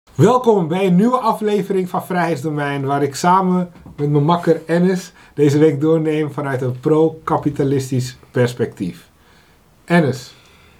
Welkom bij een nieuwe aflevering van Vrijheidsdomein, waar ik samen met mijn makker Enes deze week doorneem vanuit een pro-kapitalistisch perspectief. Enes.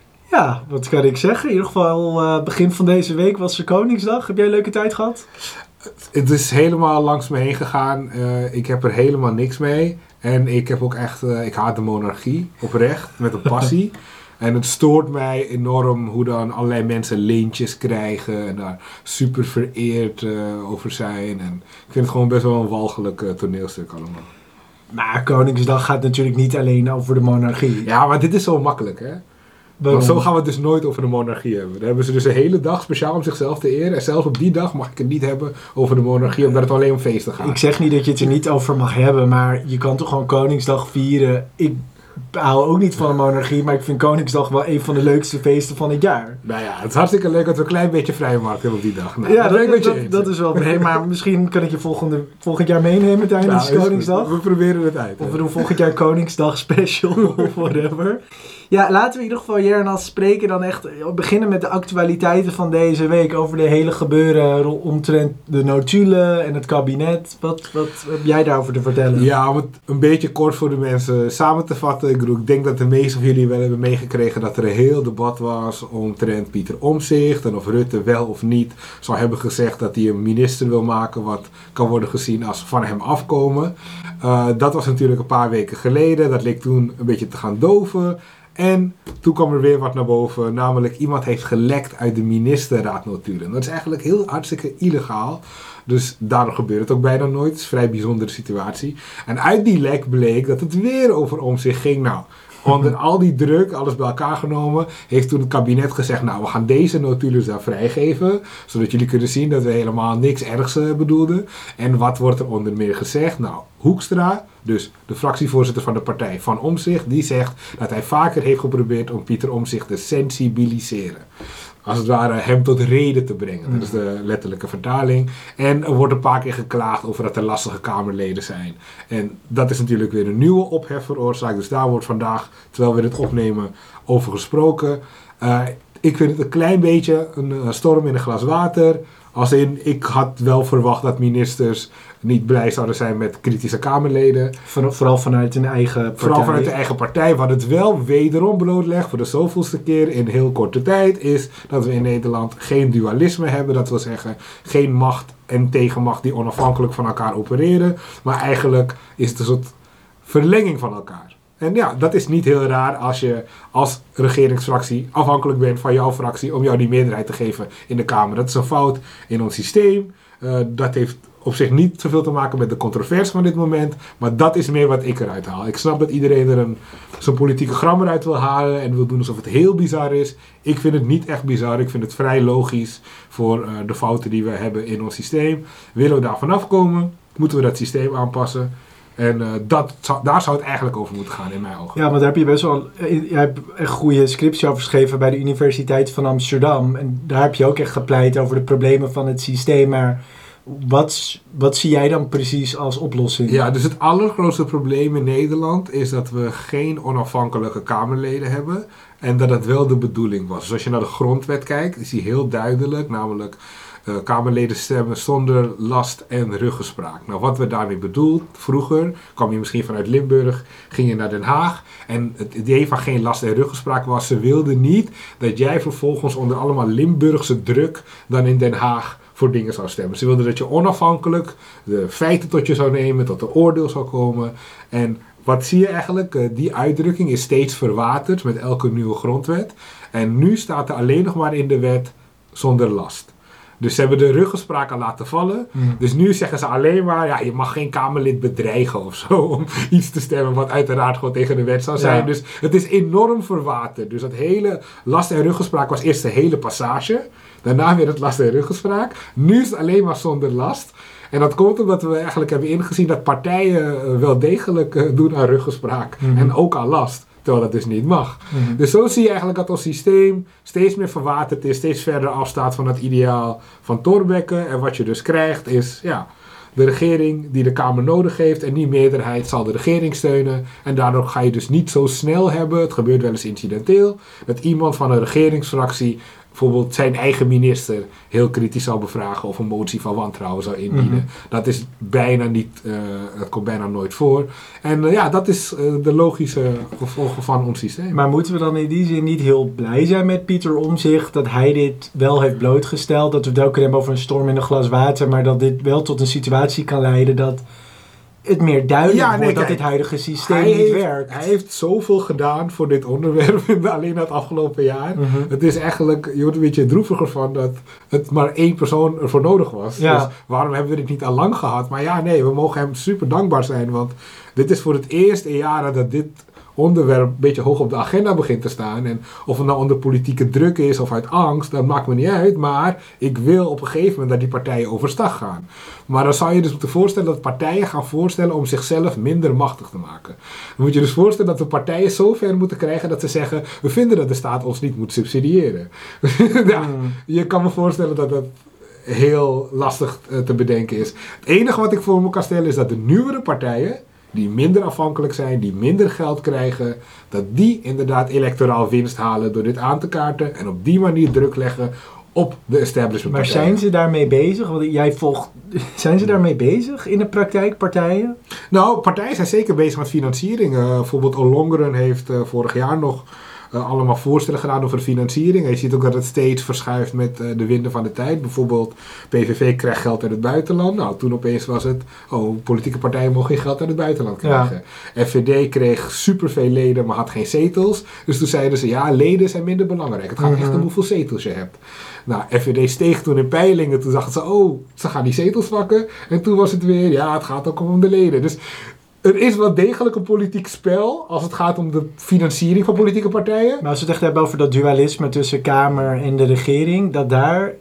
Ja, wat kan ik zeggen? In ieder geval begin van deze week was er Koningsdag. Heb jij een leuke tijd gehad? Het is helemaal langs me heen gegaan. Ik heb er helemaal niks mee. En ik heb ook echt, ik haat de monarchie, oprecht, met een passie. En het stoort mij enorm hoe dan allerlei mensen lintjes krijgen en daar super vereerd over zijn. En ik vind het gewoon best wel een walgelijk toneelstuk allemaal. Maar Koningsdag gaat natuurlijk niet alleen over de monarchie. Ja, maar dit is zo makkelijk, hè? Want zo gaan we het dus nooit over de monarchie hebben. Dan hebben ze dus een hele dag speciaal om zichzelf te eren. En zelfs op die dag mag ik het niet hebben over de monarchie, omdat het alleen om feesten gaat. Ik zeg niet dat je het er niet over mag hebben, maar je kan toch gewoon Koningsdag vieren. Ik hou ook niet van de monarchie, maar ik vind Koningsdag wel een van de leukste feesten van het jaar. Nou ja, het is hartstikke leuk dat we een klein beetje vrije markt hebben op die dag. Nou, ja, dat is wel mee, maar misschien kan ik je volgend jaar meenemen tijdens Koningsdag. We proberen het uit. Of we doen volgend jaar Koningsdag special of whatever. Ja, laten we in ieder geval Jernas spreken dan echt beginnen met de actualiteiten van deze week over de hele gebeuren omtrent de notulen en het kabinet. Wat heb jij daarover te vertellen? Ja, om het een beetje kort voor de mensen samen te vatten. Ik denk dat de meesten van jullie wel hebben meegekregen dat er een heel debat was omtrent Pieter Omtzigt en of Rutte wel of niet zou hebben gezegd dat hij een minister wil maken wat kan worden gezien als van hem afkomen. Dat was natuurlijk een paar weken geleden. Dat leek toen een beetje te gaan doven. En toen kwam er weer wat naar boven, namelijk iemand heeft gelekt uit de ministerraadnotulen. Dat is eigenlijk heel hartstikke illegaal, dus daarom gebeurt het ook bijna nooit. Het is een vrij bijzondere situatie. En uit die lek bleek dat het weer over Omtzigt ging. Nou, onder al die druk, alles bij elkaar genomen, heeft toen het kabinet gezegd, nou, we gaan deze notulen daar vrijgeven, zodat jullie kunnen zien dat we helemaal niks ergs bedoelden. En wat wordt er onder meer gezegd? Nou, Hoekstra, dus de fractievoorzitter van de partij van Omtzigt, die zegt dat hij vaker heeft geprobeerd om Pieter Omtzigt te sensibiliseren. Als het ware hem tot reden te brengen. Dat is de letterlijke vertaling. En er wordt een paar keer geklaagd over dat er lastige Kamerleden zijn. En dat is natuurlijk weer een nieuwe ophef veroorzaakt. Dus daar wordt vandaag, terwijl we dit opnemen, over gesproken. Ik vind het een klein beetje een storm in een glas water. Als in, ik had wel verwacht dat ministers niet blij zouden zijn met kritische Kamerleden. Vooral vanuit hun eigen partij. Vooral vanuit de eigen partij. Wat het wel wederom blootlegt voor de zoveelste keer in heel korte tijd is dat we in Nederland geen dualisme hebben. Dat wil zeggen geen macht en tegenmacht die onafhankelijk van elkaar opereren. Maar eigenlijk is het een soort verlenging van elkaar. En ja, dat is niet heel raar als je als regeringsfractie afhankelijk bent van jouw fractie om jou die meerderheid te geven in de Kamer. Dat is een fout in ons systeem. Dat heeft op zich niet zoveel te maken met de controverse van dit moment, maar dat is meer wat ik eruit haal. Ik snap dat iedereen er zo'n politieke gram uit wil halen en wil doen alsof het heel bizar is. Ik vind het niet echt bizar. Ik vind het vrij logisch voor de fouten die we hebben in ons systeem. Willen we daar vanaf komen, moeten we dat systeem aanpassen. En daar zou het eigenlijk over moeten gaan in mijn ogen. Ja, maar daar heb je best wel je hebt een goede scriptie over geschreven bij de Universiteit van Amsterdam. En daar heb je ook echt gepleit over de problemen van het systeem. Maar wat zie jij dan precies als oplossing? Ja, dus het allergrootste probleem in Nederland is dat we geen onafhankelijke Kamerleden hebben. En dat het wel de bedoeling was. Dus als je naar de grondwet kijkt, is die heel duidelijk. Namelijk, Kamerleden stemmen zonder last en ruggespraak. Nou, wat we daarmee bedoelt, vroeger kwam je misschien vanuit Limburg, ging je naar Den Haag. En het idee van geen last en ruggespraak was, ze wilden niet dat jij vervolgens onder allemaal Limburgse druk dan in Den Haag voor dingen zou stemmen. Ze wilden dat je onafhankelijk de feiten tot je zou nemen, tot een oordeel zou komen. En wat zie je eigenlijk? Die uitdrukking is steeds verwaterd met elke nieuwe grondwet. En nu staat er alleen nog maar in de wet zonder last. Dus ze hebben de ruggespraak al laten vallen. Dus nu zeggen ze alleen maar, ja, je mag geen Kamerlid bedreigen of zo om iets te stemmen wat uiteraard gewoon tegen de wet zou zijn. Ja. Dus het is enorm verwaterd. Dus dat hele last en ruggespraak was eerst de hele passage. Daarna weer het last en ruggespraak. Nu is het alleen maar zonder last. En dat komt omdat we eigenlijk hebben ingezien dat partijen wel degelijk doen aan ruggespraak. En ook aan last. Terwijl dat dus niet mag. Dus zo zie je eigenlijk dat ons systeem steeds meer verwaterd is. Steeds verder afstaat van het ideaal van Thorbecke. En wat je dus krijgt is, ja, de regering die de Kamer nodig heeft. En die meerderheid zal de regering steunen. En daardoor ga je dus niet zo snel hebben. Het gebeurt wel eens incidenteel. Dat iemand van een regeringsfractie bijvoorbeeld zijn eigen minister heel kritisch zou bevragen of een motie van wantrouwen zou indienen. Dat is bijna niet, dat komt bijna nooit voor. En dat is de logische gevolgen van ons systeem. Maar moeten we dan in die zin niet heel blij zijn met Pieter Omtzigt dat hij dit wel heeft blootgesteld? Dat we het ook hebben over een storm in een glas water, maar dat dit wel tot een situatie kan leiden dat het meer duidelijk wordt dat dit huidige systeem niet werkt. Hij heeft zoveel gedaan voor dit onderwerp alleen het afgelopen jaar. Het is eigenlijk, je wordt een beetje droeviger van dat het maar 1 persoon ervoor nodig was. Ja. Dus waarom hebben we dit niet al lang gehad? Maar we mogen hem super dankbaar zijn, want dit is voor het eerst in jaren dat dit onderwerp een beetje hoog op de agenda begint te staan. En of het nou onder politieke druk is of uit angst, dat maakt me niet uit. Maar ik wil op een gegeven moment dat die partijen overstag gaan. Maar dan zou je dus moeten voorstellen dat partijen gaan voorstellen om zichzelf minder machtig te maken. Dan moet je dus voorstellen dat we partijen zo ver moeten krijgen dat ze zeggen, we vinden dat de staat ons niet moet subsidiëren. Je kan me voorstellen dat dat heel lastig te bedenken is. Het enige wat ik voor me kan stellen is dat de nieuwere partijen, die minder afhankelijk zijn, die minder geld krijgen, dat die inderdaad electoraal winst halen door dit aan te kaarten en op die manier druk leggen op de establishment partijen. Maar zijn ze daarmee bezig? Want jij volgt, zijn ze daarmee bezig in de praktijk, partijen? Nou, partijen zijn zeker bezig met financiering. Bijvoorbeeld Ollongren heeft vorig jaar nog allemaal voorstellen gedaan over financiering. En je ziet ook dat het steeds verschuift met de winden van de tijd. Bijvoorbeeld PVV krijgt geld uit het buitenland. Nou, toen opeens was het, politieke partijen mogen geen geld uit het buitenland krijgen. Ja. FVD kreeg superveel leden, maar had geen zetels. Dus toen zeiden ze, leden zijn minder belangrijk. Het gaat echt om hoeveel zetels je hebt. Nou, FVD steeg toen in peilingen. Toen dachten ze, ze gaan die zetels pakken. En toen was het weer, het gaat ook om de leden. Dus er is wel degelijk een politiek spel als het gaat om de financiering van politieke partijen. Maar als we het echt hebben over dat dualisme tussen Kamer en de regering, dat daar...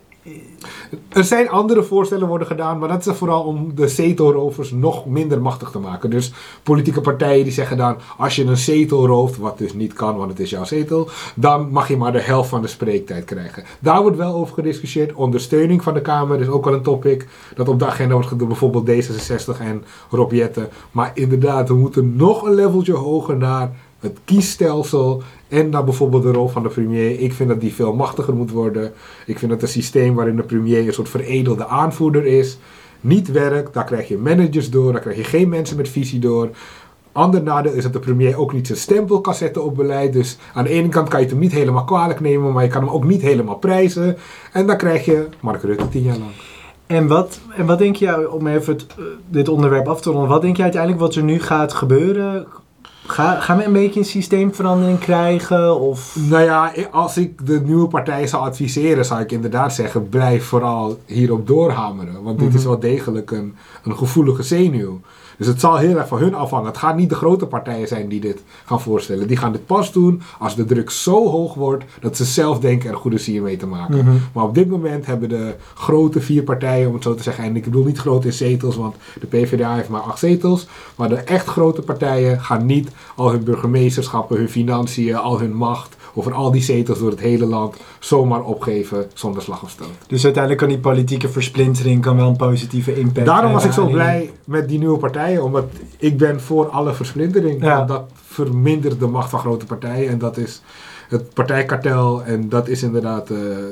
Er zijn andere voorstellen worden gedaan, maar dat is vooral om de zetelrovers nog minder machtig te maken. Dus politieke partijen die zeggen dan, als je een zetel rooft, wat dus niet kan, want het is jouw zetel, dan mag je maar de helft van de spreektijd krijgen. Daar wordt wel over gediscussieerd. Ondersteuning van de Kamer is ook wel een topic dat op de agenda wordt gedaan, bijvoorbeeld D66 en Rob Jetten. Maar inderdaad, we moeten nog een leveltje hoger naar het kiesstelsel en naar bijvoorbeeld de rol van de premier. Ik vind dat die veel machtiger moet worden. Ik vind dat een systeem waarin de premier een soort veredelde aanvoerder is, niet werkt. Daar krijg je managers door, daar krijg je geen mensen met visie door. Ander nadeel is dat de premier ook niet zijn stempel kan zetten op beleid. Dus aan de ene kant kan je het hem niet helemaal kwalijk nemen, maar je kan hem ook niet helemaal prijzen. En dan krijg je Mark Rutte 10 jaar lang. En wat denk je, om even dit onderwerp af te ronden, wat denk je uiteindelijk wat er nu gaat gebeuren? Gaan we een beetje een systeemverandering krijgen? Of? Nou ja, als ik de nieuwe partij zou adviseren, zou ik inderdaad zeggen, blijf vooral hierop doorhameren. Want dit is wel degelijk een gevoelige zenuw. Dus het zal heel erg van hun afhangen. Het gaan niet de grote partijen zijn die dit gaan voorstellen. Die gaan dit pas doen als de druk zo hoog wordt dat ze zelf denken er goede sier mee te maken. Maar op dit moment hebben de grote 4 partijen, om het zo te zeggen, en ik bedoel niet groot in zetels, want de PvdA heeft maar 8 zetels. Maar de echt grote partijen gaan niet al hun burgemeesterschappen, hun financiën, al hun macht over al die zetels door het hele land zomaar opgeven zonder slag of stoot. Dus uiteindelijk kan die politieke versplintering wel een positieve impact hebben. Daarom was ik zo blij met die nieuwe partijen, omdat ik ben voor alle versplintering. Ja. Dat vermindert de macht van grote partijen en dat is het partijkartel en dat is inderdaad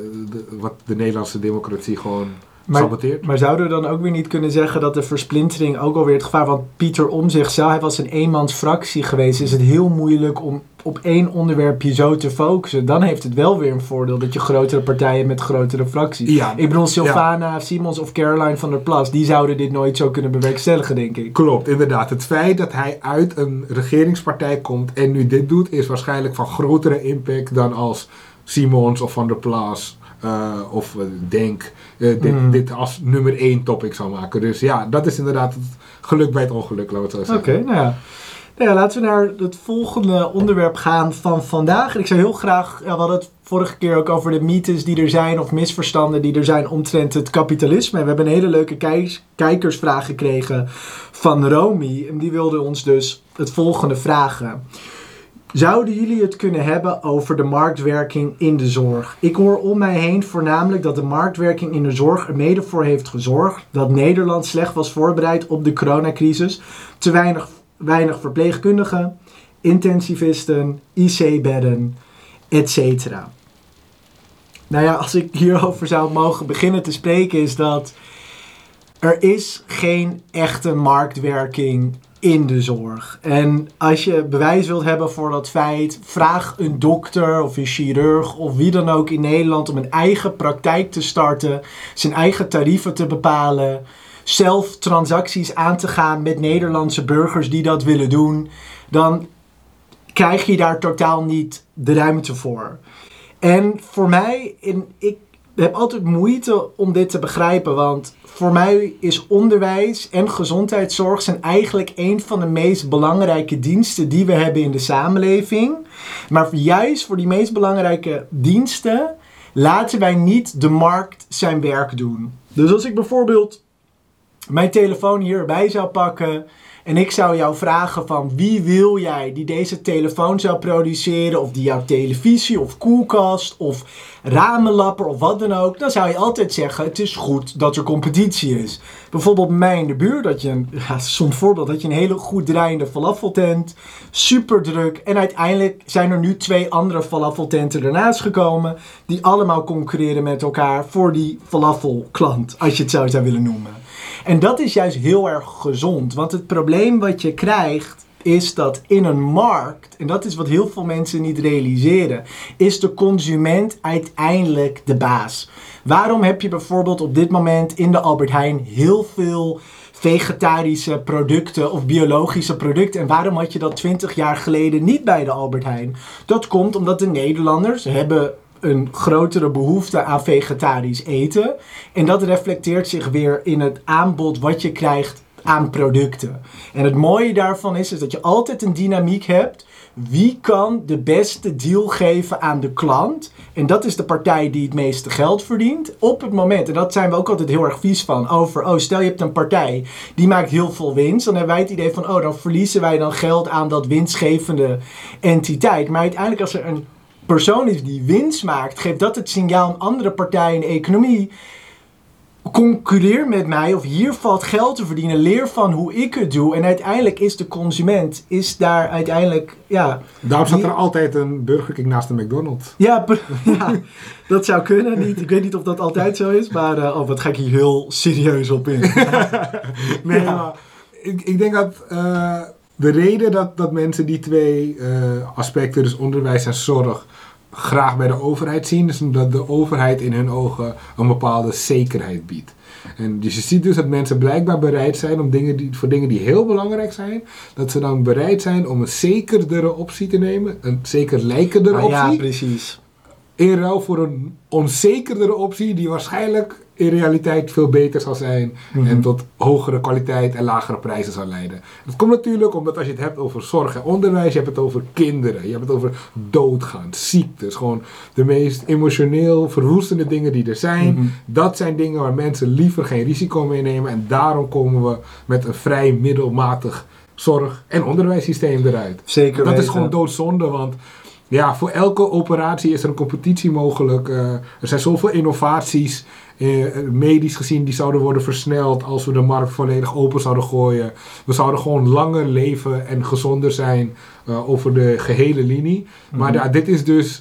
wat de Nederlandse democratie gewoon saboteert. Maar zouden we dan ook weer niet kunnen zeggen dat de versplintering ook alweer het gevaar, want Pieter Omtzigt, hij was een eenmansfractie geweest, is het heel moeilijk om op één onderwerpje zo te focussen. Dan heeft het wel weer een voordeel dat je grotere partijen met grotere fracties. Ja. Ik bedoel, Sylvana Simons of Caroline van der Plas, die zouden dit nooit zo kunnen bewerkstelligen, denk ik. Klopt, inderdaad. Het feit dat hij uit een regeringspartij komt en nu dit doet, is waarschijnlijk van grotere impact dan als Simons of van der Plas of Denk dit als nummer 1 topic zou maken. Dus ja, dat is inderdaad het geluk bij het ongeluk, laten we het zo zeggen. Oké, nou ja, laten we naar het volgende onderwerp gaan van vandaag. Ik zou heel graag, we hadden het vorige keer ook over de mythes die er zijn of misverstanden die er zijn omtrent het kapitalisme. En we hebben een hele leuke kijkersvraag gekregen van Romy. En die wilde ons dus het volgende vragen. Zouden jullie het kunnen hebben over de marktwerking in de zorg? Ik hoor om mij heen voornamelijk dat de marktwerking in de zorg er mede voor heeft gezorgd dat Nederland slecht was voorbereid op de coronacrisis. Te weinig Nou ja, als ik hierover zou mogen beginnen te spreken, is dat er is geen echte marktwerking in de zorg. En als je bewijs wilt hebben voor dat feit, vraag een dokter of een chirurg of wie dan ook in Nederland om een eigen praktijk te starten, zijn eigen tarieven te bepalen, zelf transacties aan te gaan met Nederlandse burgers die dat willen doen, dan krijg je daar totaal niet de ruimte voor. En voor mij, ik heb altijd moeite om dit te begrijpen, want voor mij is onderwijs en gezondheidszorg zijn eigenlijk een van de meest belangrijke diensten die we hebben in de samenleving. Maar juist voor die meest belangrijke diensten laten wij niet de markt zijn werk doen. Dus als ik bijvoorbeeld mijn telefoon hierbij zou pakken en ik zou jou vragen van wie wil jij die deze telefoon zou produceren, of die jouw televisie of koelkast of ramenlapper of wat dan ook, dan zou je altijd zeggen het is goed dat er competitie is. Bijvoorbeeld bij mij in de buurt had je soms voorbeeld dat je een hele goed draaiende falafeltent, super druk, en uiteindelijk zijn er nu 2 andere falafeltenten ernaast gekomen die allemaal concurreren met elkaar voor die falafelklant, als je het zo zou willen noemen. En dat is juist heel erg gezond. Want het probleem wat je krijgt is dat in een markt, en dat is wat heel veel mensen niet realiseren, is de consument uiteindelijk de baas. Waarom heb je bijvoorbeeld op dit moment in de Albert Heijn heel veel vegetarische producten of biologische producten? En waarom had je dat 20 jaar geleden niet bij de Albert Heijn? Dat komt omdat de Nederlanders hebben een grotere behoefte aan vegetarisch eten. En dat reflecteert zich weer in het aanbod wat je krijgt aan producten. En het mooie daarvan is dat je altijd een dynamiek hebt. Wie kan de beste deal geven aan de klant? En dat is de partij die het meeste geld verdient op het moment. En dat zijn we ook altijd heel erg vies van. Stel je hebt een partij die maakt heel veel winst. Dan hebben wij het idee van, dan verliezen wij dan geld aan dat winstgevende entiteit. Maar uiteindelijk als er een persoon is die winst maakt, geeft dat het signaal aan andere partijen in de economie. Concurreer met mij, of hier valt geld te verdienen. Leer van hoe ik het doe. En uiteindelijk is de consument, is daar uiteindelijk, Daarom staat er altijd een Burger King naast de McDonald's. Ja, dat zou kunnen. Niet, ik weet niet of dat altijd zo is, maar wat ga ik hier heel serieus op in. Maar ik denk dat de reden dat mensen die 2 aspecten, dus onderwijs en zorg, graag bij de overheid zien, is omdat de overheid in hun ogen een bepaalde zekerheid biedt. En dus je ziet dus dat mensen blijkbaar bereid zijn om voor dingen die heel belangrijk zijn, dat ze dan bereid zijn om een zekerdere optie te nemen, een zeker lijkendere optie. Ja, precies. In ruil voor een onzekerdere optie die waarschijnlijk in realiteit veel beter zal zijn en tot hogere kwaliteit en lagere prijzen zal leiden. Dat komt natuurlijk omdat als je het hebt over zorg en onderwijs, je hebt het over kinderen, je hebt het over doodgaan, ziektes, gewoon de meest emotioneel verwoestende dingen die er zijn. Dat zijn dingen waar mensen liever geen risico mee nemen en daarom komen we met een vrij middelmatig zorg- en onderwijssysteem eruit. Zeker dat weten. is gewoon doodzonde, want voor elke operatie is er een competitie mogelijk. Er zijn zoveel innovaties, medisch gezien, die zouden worden versneld als we de markt volledig open zouden gooien. We zouden gewoon langer leven en gezonder zijn over de gehele linie. Maar dit is dus,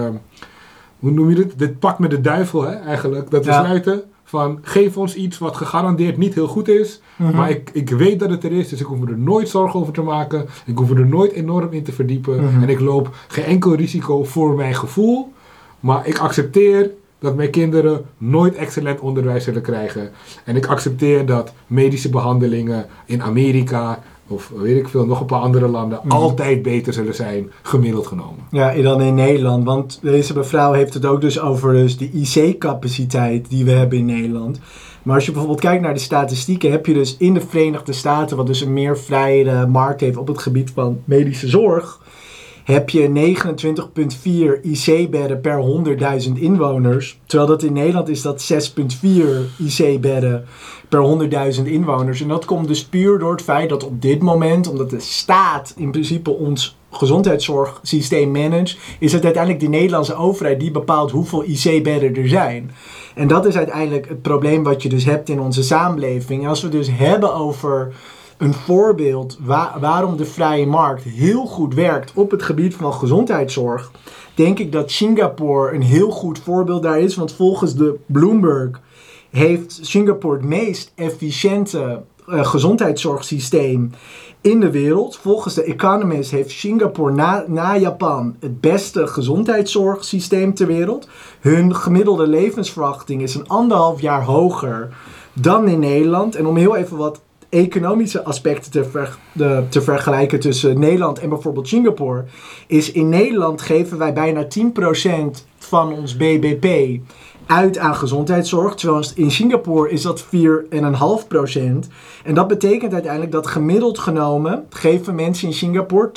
hoe noem je dit? Dit pakt met de duivel, hè, eigenlijk. Dat we sluiten van, geef ons iets wat gegarandeerd niet heel goed is. Maar ik weet dat het er is, dus ik hoef er nooit zorgen over te maken. Ik hoef er nooit enorm in te verdiepen. En ik loop geen enkel risico voor mijn gevoel. Maar ik accepteer dat mijn kinderen nooit excellent onderwijs zullen krijgen. En ik accepteer dat medische behandelingen in Amerika, of weet ik veel, nog een paar andere landen, altijd beter zullen zijn, gemiddeld genomen. Ja, dan in Nederland. Want deze mevrouw heeft het ook dus over de IC-capaciteit die we hebben in Nederland. Maar als je bijvoorbeeld kijkt naar de statistieken, heb je dus in de Verenigde Staten, wat dus een meer vrije markt heeft op het gebied van medische zorg, heb je 29,4 IC-bedden per 100.000 inwoners. Terwijl dat in Nederland is dat 6,4 IC-bedden per 100.000 inwoners. En dat komt dus puur door het feit dat op dit moment, omdat de staat in principe ons gezondheidszorgsysteem managt, is het uiteindelijk de Nederlandse overheid die bepaalt hoeveel IC-bedden er zijn. En dat is uiteindelijk het probleem wat je dus hebt in onze samenleving. En als we dus hebben over een voorbeeld waarom de vrije markt heel goed werkt op het gebied van gezondheidszorg, denk ik dat Singapore een heel goed voorbeeld daar is. Want volgens de Bloomberg heeft Singapore het meest efficiënte gezondheidszorgsysteem in de wereld. Volgens de Economist heeft Singapore na Japan het beste gezondheidszorgsysteem ter wereld. Hun gemiddelde levensverwachting is 1,5 jaar hoger dan in Nederland. En om heel even wat economische aspecten te vergelijken tussen Nederland en bijvoorbeeld Singapore, is in Nederland geven wij bijna 10% van ons BBP uit aan gezondheidszorg. Terwijl in Singapore is dat 4,5%. En dat betekent uiteindelijk dat gemiddeld genomen geven mensen in Singapore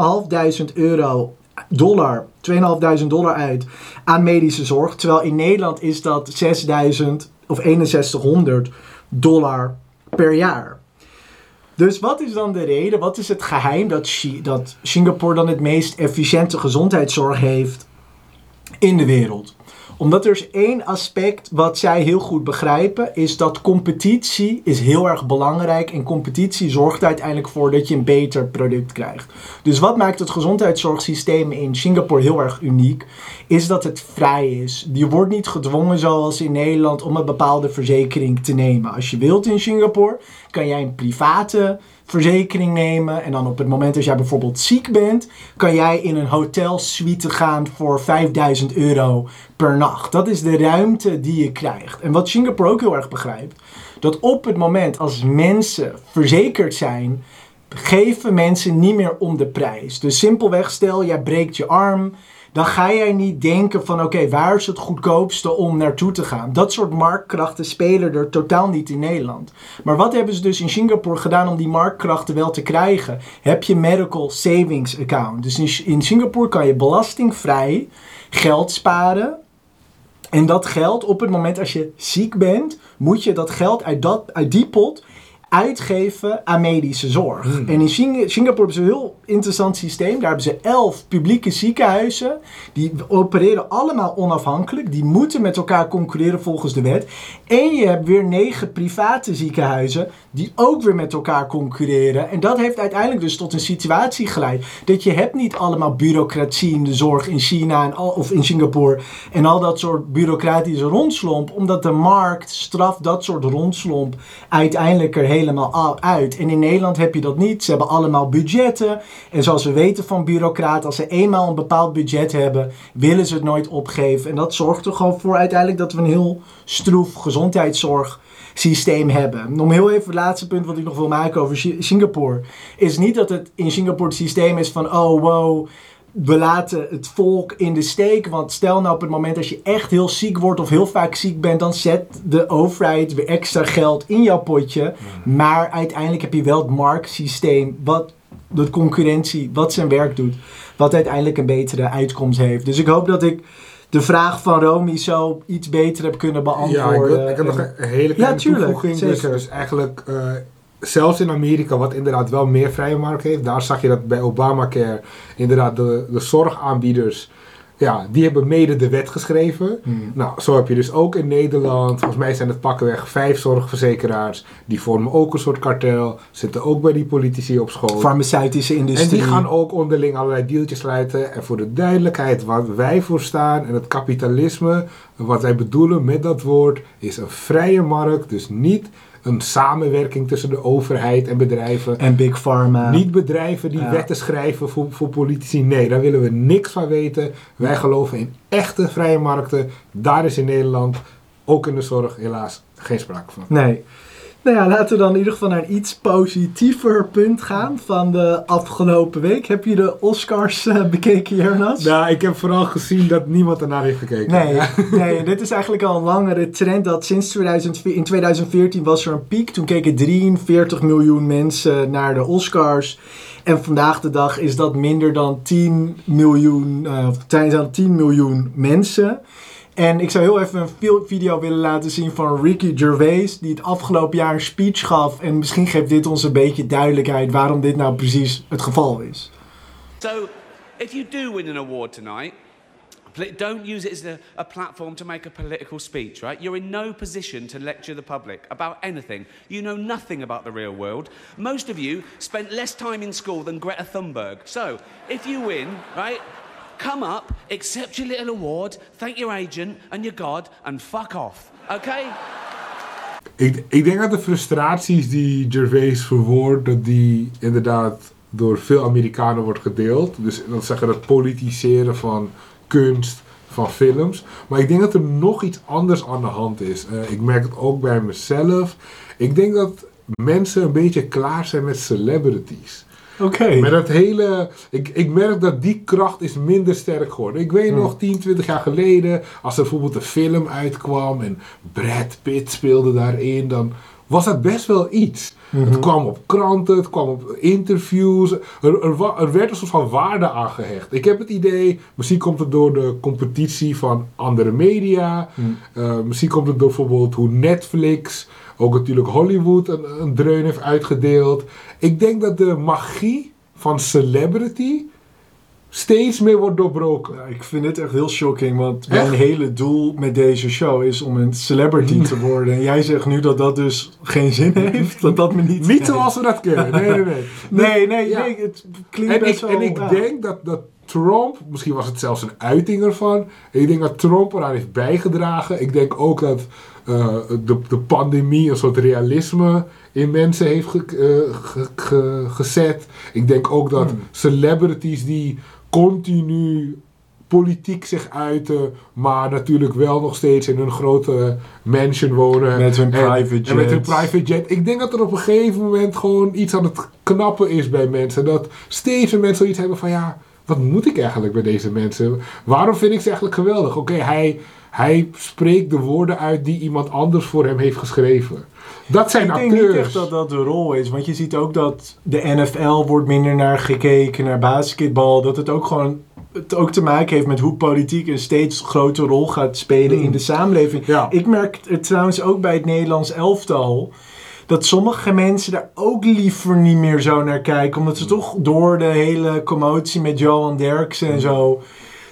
$2.500 uit aan medische zorg. Terwijl in Nederland is dat $6.000 of $6.100 per jaar. Dus wat is dan de reden? Wat is het geheim dat Singapore dan het meest efficiënte gezondheidszorg heeft in de wereld? Omdat er is één aspect wat zij heel goed begrijpen, is dat competitie is heel erg belangrijk. En competitie zorgt er uiteindelijk voor dat je een beter product krijgt. Dus wat maakt het gezondheidszorgsysteem in Singapore heel erg uniek, is dat het vrij is. Je wordt niet gedwongen zoals in Nederland om een bepaalde verzekering te nemen. Als je wilt in Singapore, kan jij een private verzekering nemen. En dan op het moment dat jij bijvoorbeeld ziek bent, kan jij in een hotelsuite gaan voor €5.000 per nacht. Dat is de ruimte die je krijgt. En wat Singapore ook heel erg begrijpt, dat op het moment als mensen verzekerd zijn, geven mensen niet meer om de prijs. Dus simpelweg, stel jij breekt je arm, dan ga jij niet denken van oké, waar is het goedkoopste om naartoe te gaan? Dat soort marktkrachten spelen er totaal niet in Nederland. Maar wat hebben ze dus in Singapore gedaan om die marktkrachten wel te krijgen? Heb je medical savings account. Dus in Singapore kan je belastingvrij geld sparen. En dat geld, op het moment als je ziek bent, moet je dat geld uit die pot uitgeven aan medische zorg. En in Singapore hebben ze een heel interessant systeem. Daar hebben ze 11 publieke ziekenhuizen. Die opereren allemaal onafhankelijk. Die moeten met elkaar concurreren volgens de wet. En je hebt weer 9 private ziekenhuizen die ook weer met elkaar concurreren. En dat heeft uiteindelijk dus tot een situatie geleid dat je hebt niet allemaal bureaucratie in de zorg in China of in Singapore en al dat soort bureaucratische rondslomp, omdat de markt straft dat soort rondslomp uiteindelijk er helemaal uit. En in Nederland heb je dat niet. Ze hebben allemaal budgetten. En zoals we weten van bureaucraten, als ze eenmaal een bepaald budget hebben, willen ze het nooit opgeven. En dat zorgt er gewoon voor uiteindelijk dat we een heel stroef gezondheidszorgsysteem hebben. Om heel even het laatste punt wat ik nog wil maken over Singapore, is niet dat het in Singapore het systeem is van oh wow, we laten het volk in de steek. Want stel nou op het moment als je echt heel ziek wordt of heel vaak ziek bent, dan zet de overheid weer extra geld in jouw potje. Maar uiteindelijk heb je wel het marktsysteem, de concurrentie, wat zijn werk doet, wat uiteindelijk een betere uitkomst heeft. Dus ik hoop dat ik de vraag van Romy zo iets beter heb kunnen beantwoorden. Ja, ik heb nog een hele kleine toevoeging. Dus eigenlijk zelfs in Amerika, wat inderdaad wel meer vrije markt heeft, daar zag je dat bij Obamacare inderdaad de zorgaanbieders, ja, die hebben mede de wet geschreven. Nou, zo heb je dus ook in Nederland, volgens mij zijn het pakkenweg 5 zorgverzekeraars, die vormen ook een soort kartel, zitten ook bij die politici op school. Farmaceutische industrie. En die gaan ook onderling allerlei deeltjes sluiten. En voor de duidelijkheid, waar wij voor staan en het kapitalisme, wat wij bedoelen met dat woord, is een vrije markt, dus niet een samenwerking tussen de overheid en bedrijven. En Big Pharma. Niet bedrijven die wetten schrijven voor politici. Nee, daar willen we niks van weten. Wij geloven in echte vrije markten. Daar is in Nederland, ook in de zorg, helaas geen sprake van. Nee. Nou ja, laten we dan in ieder geval naar een iets positiever punt gaan van de afgelopen week. Heb je de Oscars bekeken, Jonas? Nou, ik heb vooral gezien dat niemand ernaar heeft gekeken. Nee, dit is eigenlijk al een langere trend dat sinds in 2014 was er een piek. Toen keken 43 miljoen mensen naar de Oscars. En vandaag de dag is dat minder dan 10 miljoen, zijn dan 10 miljoen mensen. En ik zou heel even een video willen laten zien van Ricky Gervais, die het afgelopen jaar een speech gaf. En misschien geeft dit ons een beetje duidelijkheid waarom dit nou precies het geval is. So, if you do win an award tonight, Don't use it as a platform to make a political speech, right? You're in no position to lecture the public about anything. You know nothing about the real world. Most of you spent less time in school than Greta Thunberg. So, if you win, right, come up, accept your little award, thank your agent and your God, and fuck off, okay? Ik denk dat de frustraties die Gervais verwoordt, dat die inderdaad door veel Amerikanen wordt gedeeld. Dus dat zeggen dat politiseren van kunst, van films. Maar ik denk dat er nog iets anders aan de hand is. Ik merk het ook bij mezelf. Ik denk dat mensen een beetje klaar zijn met celebrities. Oké. Met dat hele... Ik merk dat die kracht is minder sterk geworden. Ik weet nog 10, 20 jaar geleden, als er bijvoorbeeld een film uitkwam en Brad Pitt speelde daarin, dan was dat best wel iets. Het kwam op kranten, het kwam op interviews. Er werd een soort van waarde aangehecht. Ik heb het idee, misschien komt het door de competitie van andere media. Misschien komt het door bijvoorbeeld hoe Netflix, ook natuurlijk Hollywood, een dreun heeft uitgedeeld. Ik denk dat de magie van celebrity steeds meer wordt doorbroken. Ja, ik vind het echt heel shocking, want mijn hele doel met deze show is om een celebrity te worden. En jij zegt nu dat dat dus geen zin heeft, dat me niet... Niet zoals we dat kennen, nee. Nee, het klinkt best wel... En ik denk dat Trump, misschien was het zelfs een uiting ervan, ik denk dat Trump eraan heeft bijgedragen. Ik denk ook dat de pandemie een soort realisme in mensen heeft gezet. Ik denk ook dat celebrities die continu politiek zich uiten, maar natuurlijk wel nog steeds in hun grote mansion wonen. Met hun private jet. En met hun private jet. Ik denk dat er op een gegeven moment gewoon iets aan het knappen is bij mensen. Dat steeds meer mensen zoiets hebben van ja, wat moet ik eigenlijk bij deze mensen? Waarom vind ik ze eigenlijk geweldig? Oké, hij spreekt de woorden uit die iemand anders voor hem heeft geschreven. Dat zijn acteurs. Ik denk niet echt dat dat de rol is. Want je ziet ook dat de NFL wordt minder naar gekeken, naar basketbal. Dat het ook te maken heeft met hoe politiek een steeds grotere rol gaat spelen in de samenleving. Ja. Ik merk het trouwens ook bij het Nederlands elftal, dat sommige mensen daar ook liever niet meer zo naar kijken. Omdat ze toch door de hele commotie met Johan Derksen en zo,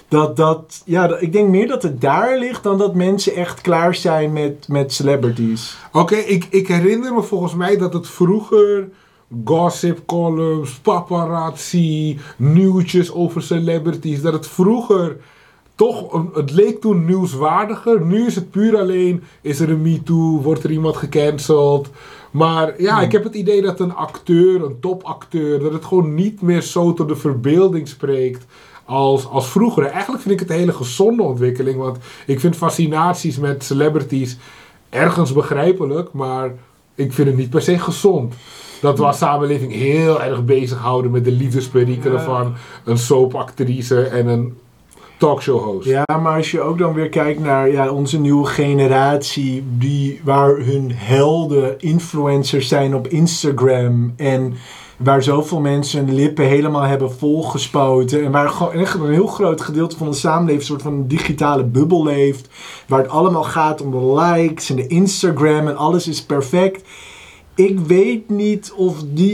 ik denk meer dat het daar ligt dan dat mensen echt klaar zijn met celebrities. Oké, ik herinner me volgens mij dat het vroeger gossip columns, paparazzi, nieuwtjes over celebrities, dat het vroeger toch, het leek toen nieuwswaardiger. Nu is het puur alleen, is er een MeToo, wordt er iemand gecanceld. Maar ja, ik heb het idee dat een acteur, een topacteur, dat het gewoon niet meer zo tot de verbeelding spreekt als vroeger. Eigenlijk vind ik het een hele gezonde ontwikkeling, want ik vind fascinaties met celebrities ergens begrijpelijk, maar ik vind het niet per se gezond. Dat we als samenleving heel erg bezighouden met de liefdesperikelen van een soapactrice en een talkshow-host. Ja, maar als je ook dan weer kijkt naar onze nieuwe generatie, waar hun helden influencers zijn op Instagram en waar zoveel mensen hun lippen helemaal hebben volgespoten en waar gewoon echt een heel groot gedeelte van de samenleving een soort van een digitale bubbel leeft, waar het allemaal gaat om de likes en de Instagram en alles is perfect. Ik weet niet of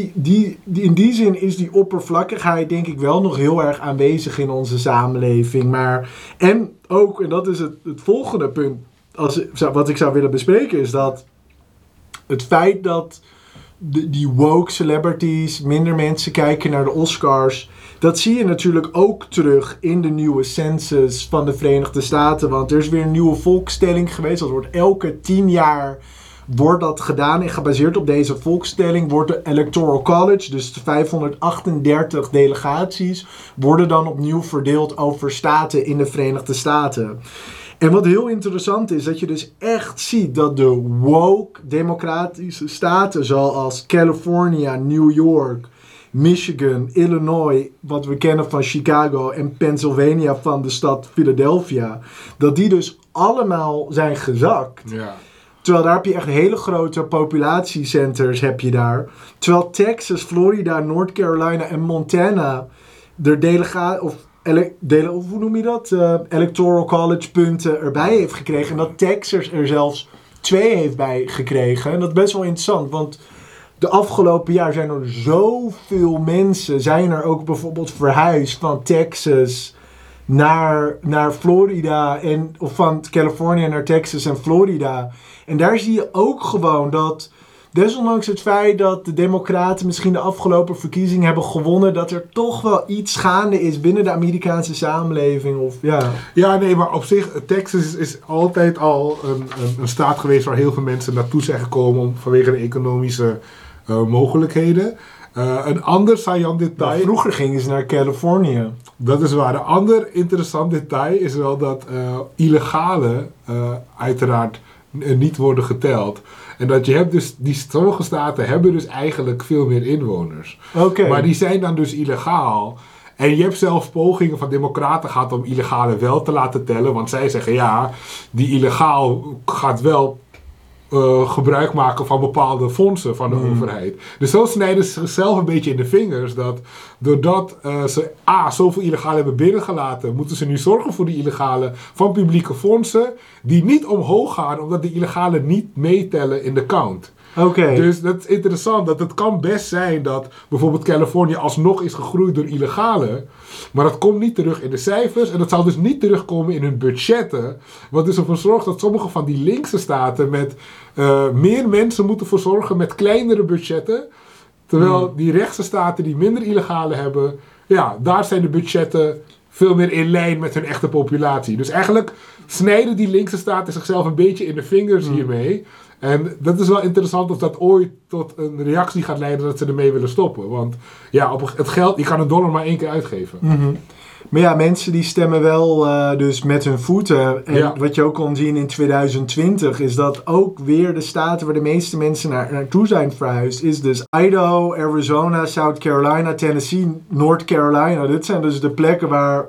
in die zin is die oppervlakkigheid denk ik wel nog heel erg aanwezig in onze samenleving. En dat is het volgende punt wat ik zou willen bespreken, is dat het feit dat die woke celebrities, minder mensen kijken naar de Oscars, dat zie je natuurlijk ook terug in de nieuwe census van de Verenigde Staten. Want er is weer een nieuwe volkstelling geweest. Dat wordt elke 10 jaar wordt dat gedaan. En gebaseerd op deze volkstelling wordt de Electoral College, dus de 538 delegaties, worden dan opnieuw verdeeld over staten in de Verenigde Staten. En wat heel interessant is, dat je dus echt ziet dat de woke democratische staten zoals California, New York, Michigan, Illinois, wat we kennen van Chicago, en Pennsylvania van de stad Philadelphia, dat die dus allemaal zijn gezakt. Ja. Terwijl daar heb je echt hele grote populatiecenters heb je daar. Terwijl Texas, Florida, North Carolina en Montana hoe noem je dat? Electoral College punten erbij heeft gekregen. En dat Texas er zelfs 2 heeft bij gekregen. En dat is best wel interessant, want de afgelopen jaar zijn er zoveel mensen, zijn er ook bijvoorbeeld verhuisd van Texas naar Florida of van Californië naar Texas en Florida. En daar zie je ook gewoon dat, desondanks het feit dat de Democraten misschien de afgelopen verkiezingen hebben gewonnen, dat er toch wel iets gaande is binnen de Amerikaanse samenleving. Ja, nee, maar op zich, Texas is altijd al een staat geweest waar heel veel mensen naartoe zijn gekomen vanwege de economische mogelijkheden. Een ander saillant detail. Maar vroeger gingen ze naar Californië. Dat is waar. Een ander interessant detail is wel dat illegale uiteraard niet worden geteld. En dat je hebt dus, sommige staten hebben dus eigenlijk veel meer inwoners. Okay. Maar die zijn dan dus illegaal. En je hebt zelfs pogingen van democraten gehad om illegale wel te laten tellen. Want zij zeggen ja, die illegaal gaat wel gebruik maken van bepaalde fondsen van de overheid. Dus zo snijden ze zichzelf een beetje in de vingers dat doordat ze zoveel illegale hebben binnengelaten, moeten ze nu zorgen voor die illegale van publieke fondsen die niet omhoog gaan omdat die illegale niet meetellen in de count. Okay. Dus dat is interessant. Dat het kan best zijn dat bijvoorbeeld Californië alsnog is gegroeid door illegale. Maar dat komt niet terug in de cijfers. En dat zal dus niet terugkomen in hun budgetten. Wat dus ervoor zorgt dat sommige van die linkse staten met meer mensen moeten verzorgen met kleinere budgetten. Terwijl die rechtse staten die minder illegale hebben, ja, daar zijn de budgetten veel meer in lijn met hun echte populatie. Dus eigenlijk snijden die linkse staten zichzelf een beetje in de vingers hiermee. En dat is wel interessant of dat ooit tot een reactie gaat leiden dat ze ermee willen stoppen. Want ja, het geld, je kan $1 maar 1 keer uitgeven. Mm-hmm. Maar ja, mensen die stemmen wel dus met hun voeten. En wat je ook kon zien in 2020 is dat ook weer de staten waar de meeste mensen naartoe zijn verhuisd is dus Idaho, Arizona, South Carolina, Tennessee, North Carolina. Dit zijn dus de plekken waar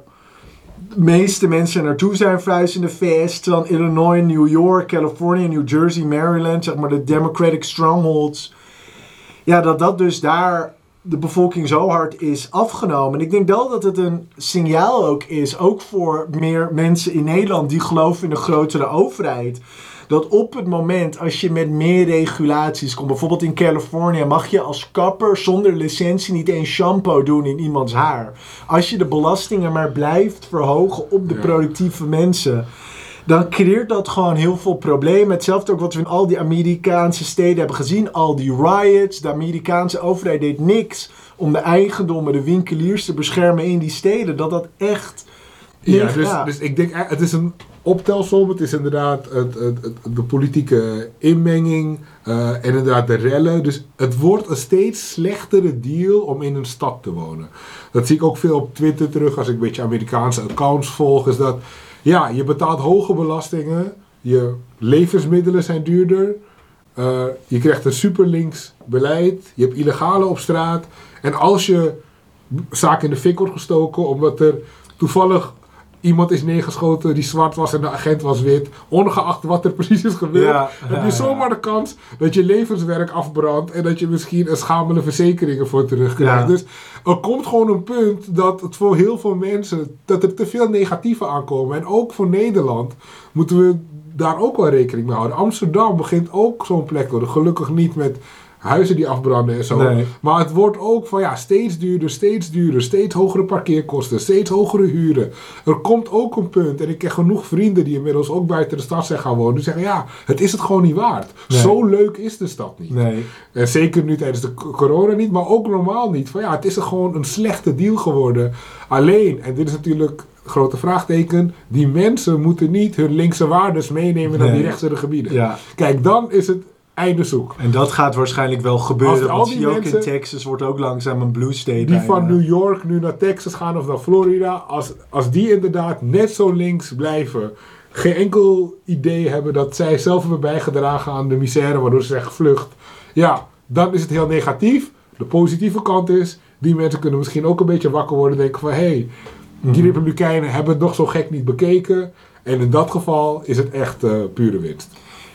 de meeste mensen naartoe zijn verhuisd in de VS. Dan Illinois, New York, California, New Jersey, Maryland, zeg maar de Democratic strongholds. Ja, dat dus daar de bevolking zo hard is afgenomen. En ik denk wel dat het een signaal ook is, ook voor meer mensen in Nederland die geloven in een grotere overheid. Dat op het moment als je met meer regulaties komt, bijvoorbeeld in Californië mag je als kapper zonder licentie niet eens shampoo doen in iemands haar. Als je de belastingen maar blijft verhogen op de productieve mensen, dan creëert dat gewoon heel veel problemen. Hetzelfde ook wat we in al die Amerikaanse steden hebben gezien. Al die riots. De Amerikaanse overheid deed niks om de eigendommen, de winkeliers te beschermen in die steden. Dat echt... Dus ik denk, het is een optelsom. Het is inderdaad de politieke inmenging en inderdaad de rellen. Dus het wordt een steeds slechtere deal om in een stad te wonen. Dat zie ik ook veel op Twitter terug als ik een beetje Amerikaanse accounts volg. Is dat ja, je betaalt hoge belastingen, je levensmiddelen zijn duurder, je krijgt een superlinks beleid, je hebt illegale op straat. En als je zaak in de fik wordt gestoken omdat er toevallig iemand is neergeschoten die zwart was en de agent was wit, ongeacht wat er precies is gebeurd, heb je zomaar de kans dat je levenswerk afbrandt en dat je misschien een schamele verzekering ervoor terugkrijgt. Ja. Dus er komt gewoon een punt dat het voor heel veel mensen, dat er te veel negatieven aankomen. En ook voor Nederland moeten we daar ook wel rekening mee houden. Amsterdam begint ook zo'n plek worden, gelukkig niet met huizen die afbranden en zo. Nee. Maar het wordt ook van steeds duurder, steeds hogere parkeerkosten, steeds hogere huren. Er komt ook een punt, en ik heb genoeg vrienden die inmiddels ook buiten de stad zijn gaan wonen, die zeggen het is het gewoon niet waard. Nee. Zo leuk is de stad niet. Nee. En zeker nu tijdens de corona niet, maar ook normaal niet. Van het is er gewoon een slechte deal geworden. Alleen, en dit is natuurlijk grote vraagteken, die mensen moeten niet hun linkse waardes meenemen naar die rechtse gebieden. Ja. Kijk, dan is het einde zoek. En dat gaat waarschijnlijk wel gebeuren, want zie je ook in Texas wordt ook langzaam een blue state. Die van New York nu naar Texas gaan of naar Florida, als die inderdaad net zo links blijven, geen enkel idee hebben dat zij zelf hebben bijgedragen aan de misère waardoor ze zijn gevlucht, dan is het heel negatief. De positieve kant is, die mensen kunnen misschien ook een beetje wakker worden en denken van die Republikeinen hebben het nog zo gek niet bekeken. En in dat geval is het echt pure winst.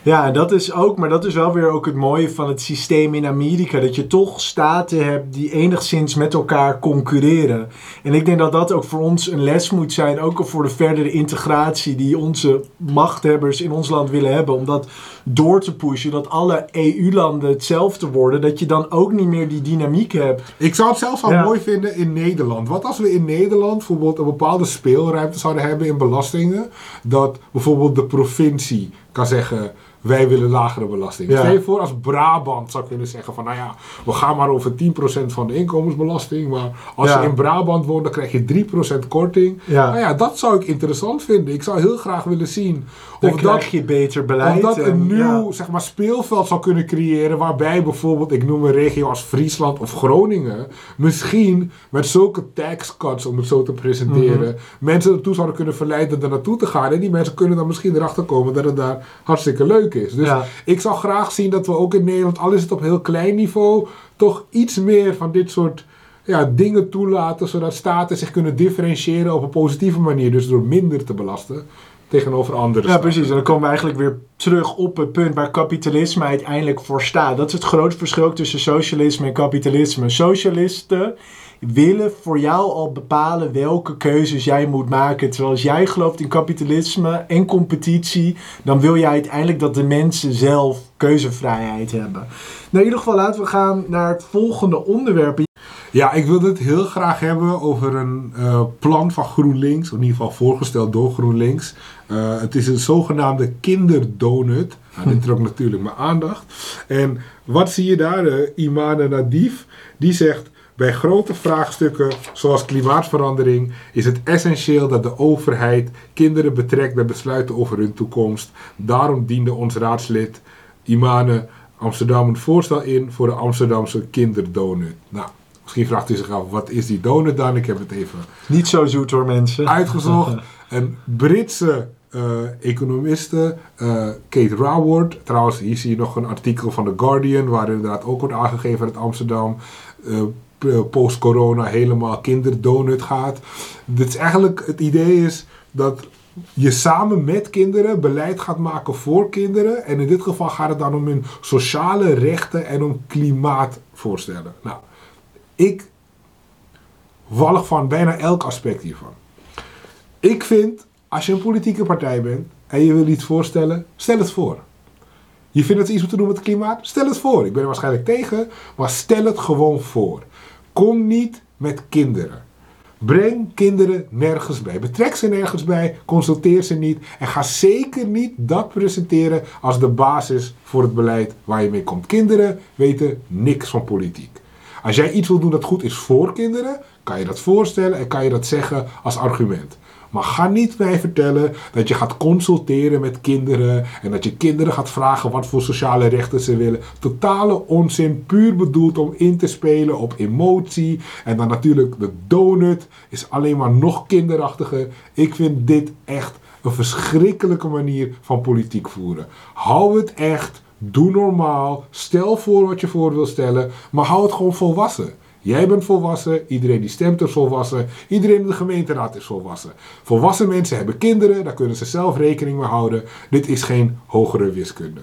Ja, en dat is ook, maar dat is wel weer ook het mooie van het systeem in Amerika. Dat je toch staten hebt die enigszins met elkaar concurreren. En ik denk dat dat ook voor ons een les moet zijn. Ook voor de verdere integratie die onze machthebbers in ons land willen hebben. Om dat door te pushen. Dat alle EU-landen hetzelfde worden. Dat je dan ook niet meer die dynamiek hebt. Ik zou het zelfs wel mooi vinden in Nederland. Wat als we in Nederland bijvoorbeeld een bepaalde speelruimte zouden hebben in belastingen. Dat bijvoorbeeld de provincie kan zeggen, wij willen lagere belasting. Ja. Stel je voor als Brabant zou kunnen zeggen van, nou ja, we gaan maar over 10% van de inkomensbelasting. Maar als je in Brabant woont, dan krijg je 3% korting. Ja. Nou ja, dat zou ik interessant vinden. Ik zou heel graag willen zien Dan krijg je beter beleid. of dat een nieuw zeg maar, speelveld zou kunnen creëren waarbij bijvoorbeeld, ik noem een regio als Friesland of Groningen, misschien met zulke tax cuts, om het zo te presenteren, mensen ertoe zouden kunnen verleiden er naartoe te gaan. En die mensen kunnen dan misschien erachter komen dat het daar hartstikke leuk is. Dus ik zou graag zien dat we ook in Nederland, al is het op heel klein niveau, toch iets meer van dit soort dingen toelaten, zodat staten zich kunnen differentiëren op een positieve manier. Dus door minder te belasten tegenover andere staten. Precies. En dan komen we eigenlijk weer terug op het punt waar kapitalisme uiteindelijk voor staat. Dat is het grote verschil tussen socialisme en kapitalisme. Socialisten willen voor jou al bepalen welke keuzes jij moet maken. Terwijl als jij gelooft in kapitalisme en competitie, dan wil jij uiteindelijk dat de mensen zelf keuzevrijheid hebben. Nou, in ieder geval laten we gaan naar het volgende onderwerp. Ja, ik wilde het heel graag hebben over een plan van GroenLinks, of in ieder geval voorgesteld door GroenLinks. Het is een zogenaamde kinderdonut. Nou, dit trok natuurlijk mijn aandacht. En wat zie je daar? Imane Nadif, die zegt, bij grote vraagstukken zoals klimaatverandering is het essentieel dat de overheid kinderen betrekt bij besluiten over hun toekomst. Daarom diende ons raadslid Imane Amsterdam een voorstel in voor de Amsterdamse kinderdonut. Nou, misschien vraagt u zich af, wat is die donut dan? Ik heb het even niet zo zoet hoor, mensen. Uitgezocht. Een Britse economiste, Kate Raworth. Trouwens, hier zie je nog een artikel van The Guardian, waar inderdaad ook wordt aangegeven dat Amsterdam post-corona helemaal kinderdonut gaat. Dit is eigenlijk, het idee is dat je samen met kinderen beleid gaat maken voor kinderen. En in dit geval gaat het dan om hun sociale rechten en om klimaatvoorstellen. Nou, ik walg van bijna elk aspect hiervan. Ik vind, als je een politieke partij bent en je wil iets voorstellen, stel het voor. Je vindt dat ze iets moeten doen met het klimaat? Stel het voor. Ik ben er waarschijnlijk tegen, maar stel het gewoon voor. Kom niet met kinderen. Breng kinderen nergens bij. Betrek ze nergens bij. Consulteer ze niet. En ga zeker niet dat presenteren als de basis voor het beleid waar je mee komt. Kinderen weten niks van politiek. Als jij iets wil doen dat goed is voor kinderen, kan je dat voorstellen en kan je dat zeggen als argument. Maar ga niet mij vertellen dat je gaat consulteren met kinderen en dat je kinderen gaat vragen wat voor sociale rechten ze willen. Totale onzin, puur bedoeld om in te spelen op emotie. En dan natuurlijk de donut is alleen maar nog kinderachtiger. Ik vind dit echt een verschrikkelijke manier van politiek voeren. Hou het echt, doe normaal, stel voor wat je voor wil stellen, maar hou het gewoon volwassen. Jij bent volwassen, iedereen die stemt is volwassen, iedereen in de gemeenteraad is volwassen. Volwassen mensen hebben kinderen, daar kunnen ze zelf rekening mee houden. Dit is geen hogere wiskunde.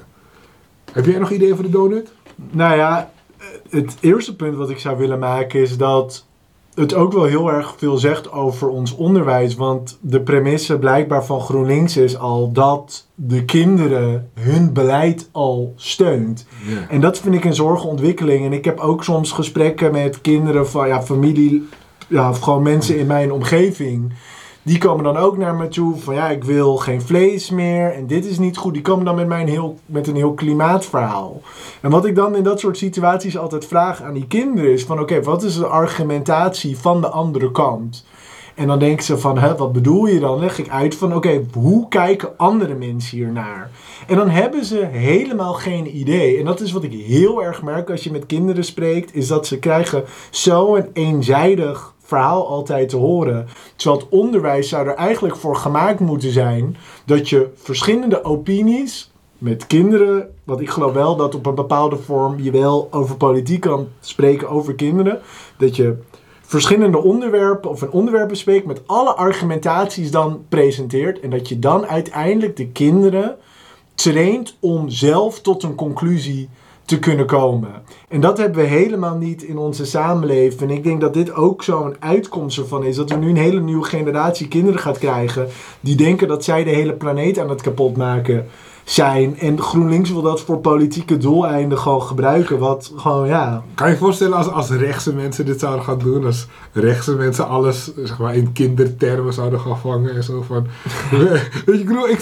Heb jij nog ideeën voor de donut? Nou ja, het eerste punt wat ik zou willen maken is dat het ook wel heel erg veel zegt over ons onderwijs. Want de premisse blijkbaar van GroenLinks is al dat de kinderen hun beleid al steunt. Yeah. En dat vind ik een zorgontwikkeling. En ik heb ook soms gesprekken met kinderen van familie, of gewoon mensen in mijn omgeving. Die komen dan ook naar me toe van ik wil geen vlees meer en dit is niet goed. Die komen dan met een heel klimaatverhaal. En wat ik dan in dat soort situaties altijd vraag aan die kinderen is van oké, wat is de argumentatie van de andere kant? En dan denken ze van wat bedoel je dan? Leg ik uit van oké, hoe kijken andere mensen hiernaar? En dan hebben ze helemaal geen idee. En dat is wat ik heel erg merk als je met kinderen spreekt, is dat ze krijgen zo'n eenzijdig verhaal altijd te horen. Terwijl het onderwijs zou er eigenlijk voor gemaakt moeten zijn dat je verschillende opinies met kinderen, want ik geloof wel dat op een bepaalde vorm je wel over politiek kan spreken over kinderen, dat je verschillende onderwerpen of een onderwerp bespreekt met alle argumentaties dan presenteert en dat je dan uiteindelijk de kinderen traint om zelf tot een conclusie te kunnen komen. En dat hebben we helemaal niet in onze samenleving. En ik denk dat dit ook zo'n uitkomst ervan is. Dat er nu een hele nieuwe generatie kinderen gaat krijgen die denken dat zij de hele planeet aan het kapotmaken zijn. En GroenLinks wil dat voor politieke doeleinden gewoon gebruiken. Wat gewoon, ja... Kan je je voorstellen als rechtse mensen dit zouden gaan doen? Als rechtse mensen alles, zeg maar, in kindertermen zouden gaan vangen en zo van... Weet je, ik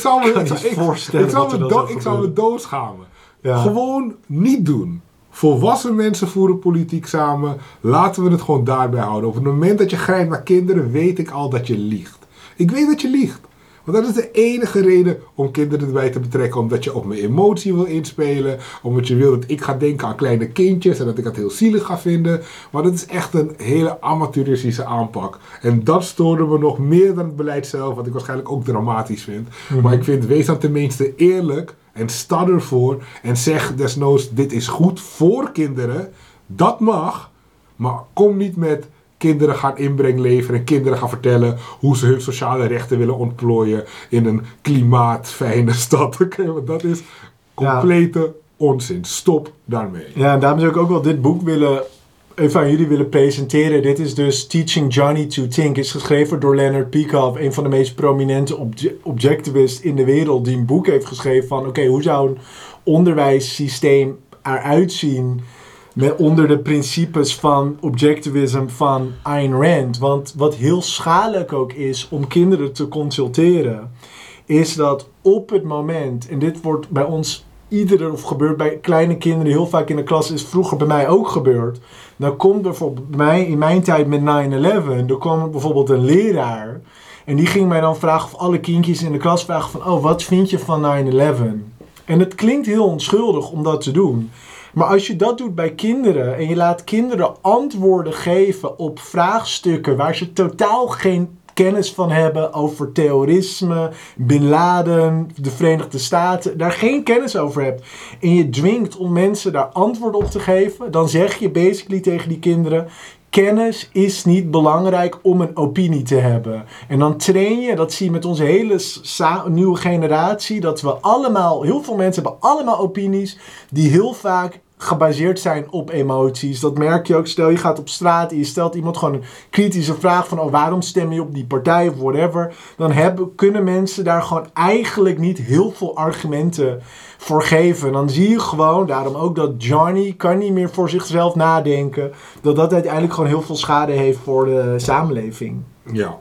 zou me doodschamen. Ja. Gewoon niet doen. Volwassen mensen voeren politiek samen. Laten we het gewoon daarbij houden. Op het moment dat je grijpt naar kinderen, weet ik al dat je liegt. Ik weet dat je liegt. Want dat is de enige reden om kinderen erbij te betrekken. Omdat je op mijn emotie wil inspelen. Omdat je wil dat ik ga denken aan kleine kindjes. En dat ik dat heel zielig ga vinden. Maar dat is echt een hele amateuristische aanpak. En dat stoorde me nog meer dan het beleid zelf. Wat ik waarschijnlijk ook dramatisch vind. Mm-hmm. Maar ik vind, wees dan tenminste eerlijk. En sta ervoor. En zeg desnoods, dit is goed voor kinderen. Dat mag. Maar kom niet met... kinderen gaan inbreng leveren en kinderen gaan vertellen hoe ze hun sociale rechten willen ontplooien in een klimaatfijne stad. Okay, want dat is complete onzin. Stop daarmee. Ja, en daarom zou ik ook wel dit boek even aan jullie willen presenteren. Dit is dus Teaching Johnny to Think. Is geschreven door Leonard Peikoff, een van de meest prominente objectivisten in de wereld, die een boek heeft geschreven van hoe zou een onderwijssysteem eruit zien onder de principes van objectivism van Ayn Rand. Want wat heel schadelijk ook is om kinderen te consulteren, is dat op het moment, en dit wordt bij ons of gebeurt bij kleine kinderen heel vaak in de klas, is vroeger bij mij ook gebeurd. Dan komt bijvoorbeeld bij mij in mijn tijd met 9/11, er kwam bijvoorbeeld een leraar en die ging mij dan vragen, of alle kindjes in de klas vragen van, wat vind je van 9/11? En het klinkt heel onschuldig om dat te doen. Maar als je dat doet bij kinderen en je laat kinderen antwoorden geven op vraagstukken waar ze totaal geen kennis van hebben over terrorisme, Bin Laden, de Verenigde Staten, daar geen kennis over hebt en je dwingt om mensen daar antwoord op te geven, dan zeg je basically tegen die kinderen, kennis is niet belangrijk om een opinie te hebben. En dan train je, dat zie je met onze hele nieuwe generatie, dat we allemaal, heel veel mensen hebben allemaal opinies die heel vaak gebaseerd zijn op emoties. Dat merk je ook. Stel je gaat op straat en je stelt iemand gewoon een kritische vraag van waarom stem je op die partij of whatever. Dan kunnen mensen daar gewoon eigenlijk niet heel veel argumenten voor geven. Dan zie je gewoon, daarom ook dat Johnny kan niet meer voor zichzelf nadenken. Dat uiteindelijk gewoon heel veel schade heeft voor de samenleving. Ja.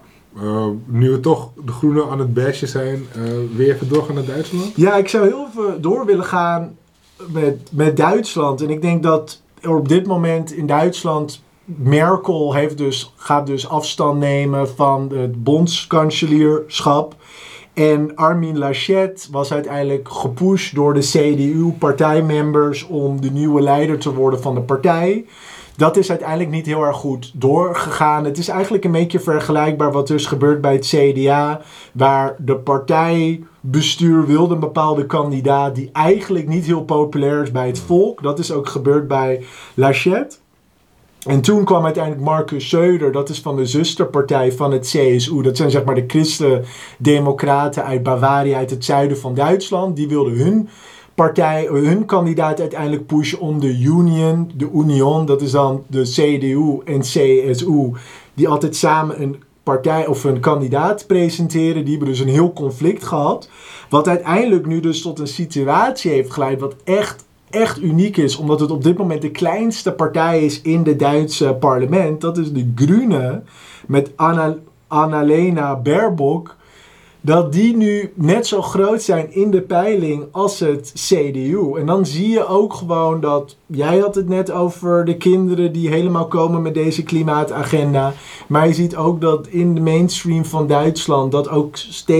Nu we toch de groenen aan het bashen zijn, wil je even doorgaan naar Duitsland? Ja, ik zou heel even door willen gaan met Duitsland. En ik denk dat er op dit moment in Duitsland Merkel gaat dus afstand nemen van het bondskanselierschap. En Armin Laschet was uiteindelijk gepusht door de CDU-partijmembers om de nieuwe leider te worden van de partij. Dat is uiteindelijk niet heel erg goed doorgegaan. Het is eigenlijk een beetje vergelijkbaar wat dus gebeurt bij het CDA, waar de partijbestuur wilde een bepaalde kandidaat die eigenlijk niet heel populair is bij het volk. Dat is ook gebeurd bij Laschet. En toen kwam uiteindelijk Markus Söder, dat is van de zusterpartij van het CSU. Dat zijn zeg maar de christen-democraten uit Bavaria, uit het zuiden van Duitsland. Die wilden hun kandidaat uiteindelijk pushen om de Union, dat is dan de CDU en CSU, die altijd samen een partij of een kandidaat presenteren. Die hebben dus een heel conflict gehad. Wat uiteindelijk nu dus tot een situatie heeft geleid wat echt uniek is, omdat het op dit moment de kleinste partij is in het Duitse parlement. Dat is de Grüne met Annalena Baerbock. Dat die nu net zo groot zijn in de peiling als het CDU. En dan zie je ook gewoon dat, jij had het net over de kinderen die helemaal komen met deze klimaatagenda. Maar je ziet ook dat in de mainstream van Duitsland dat ook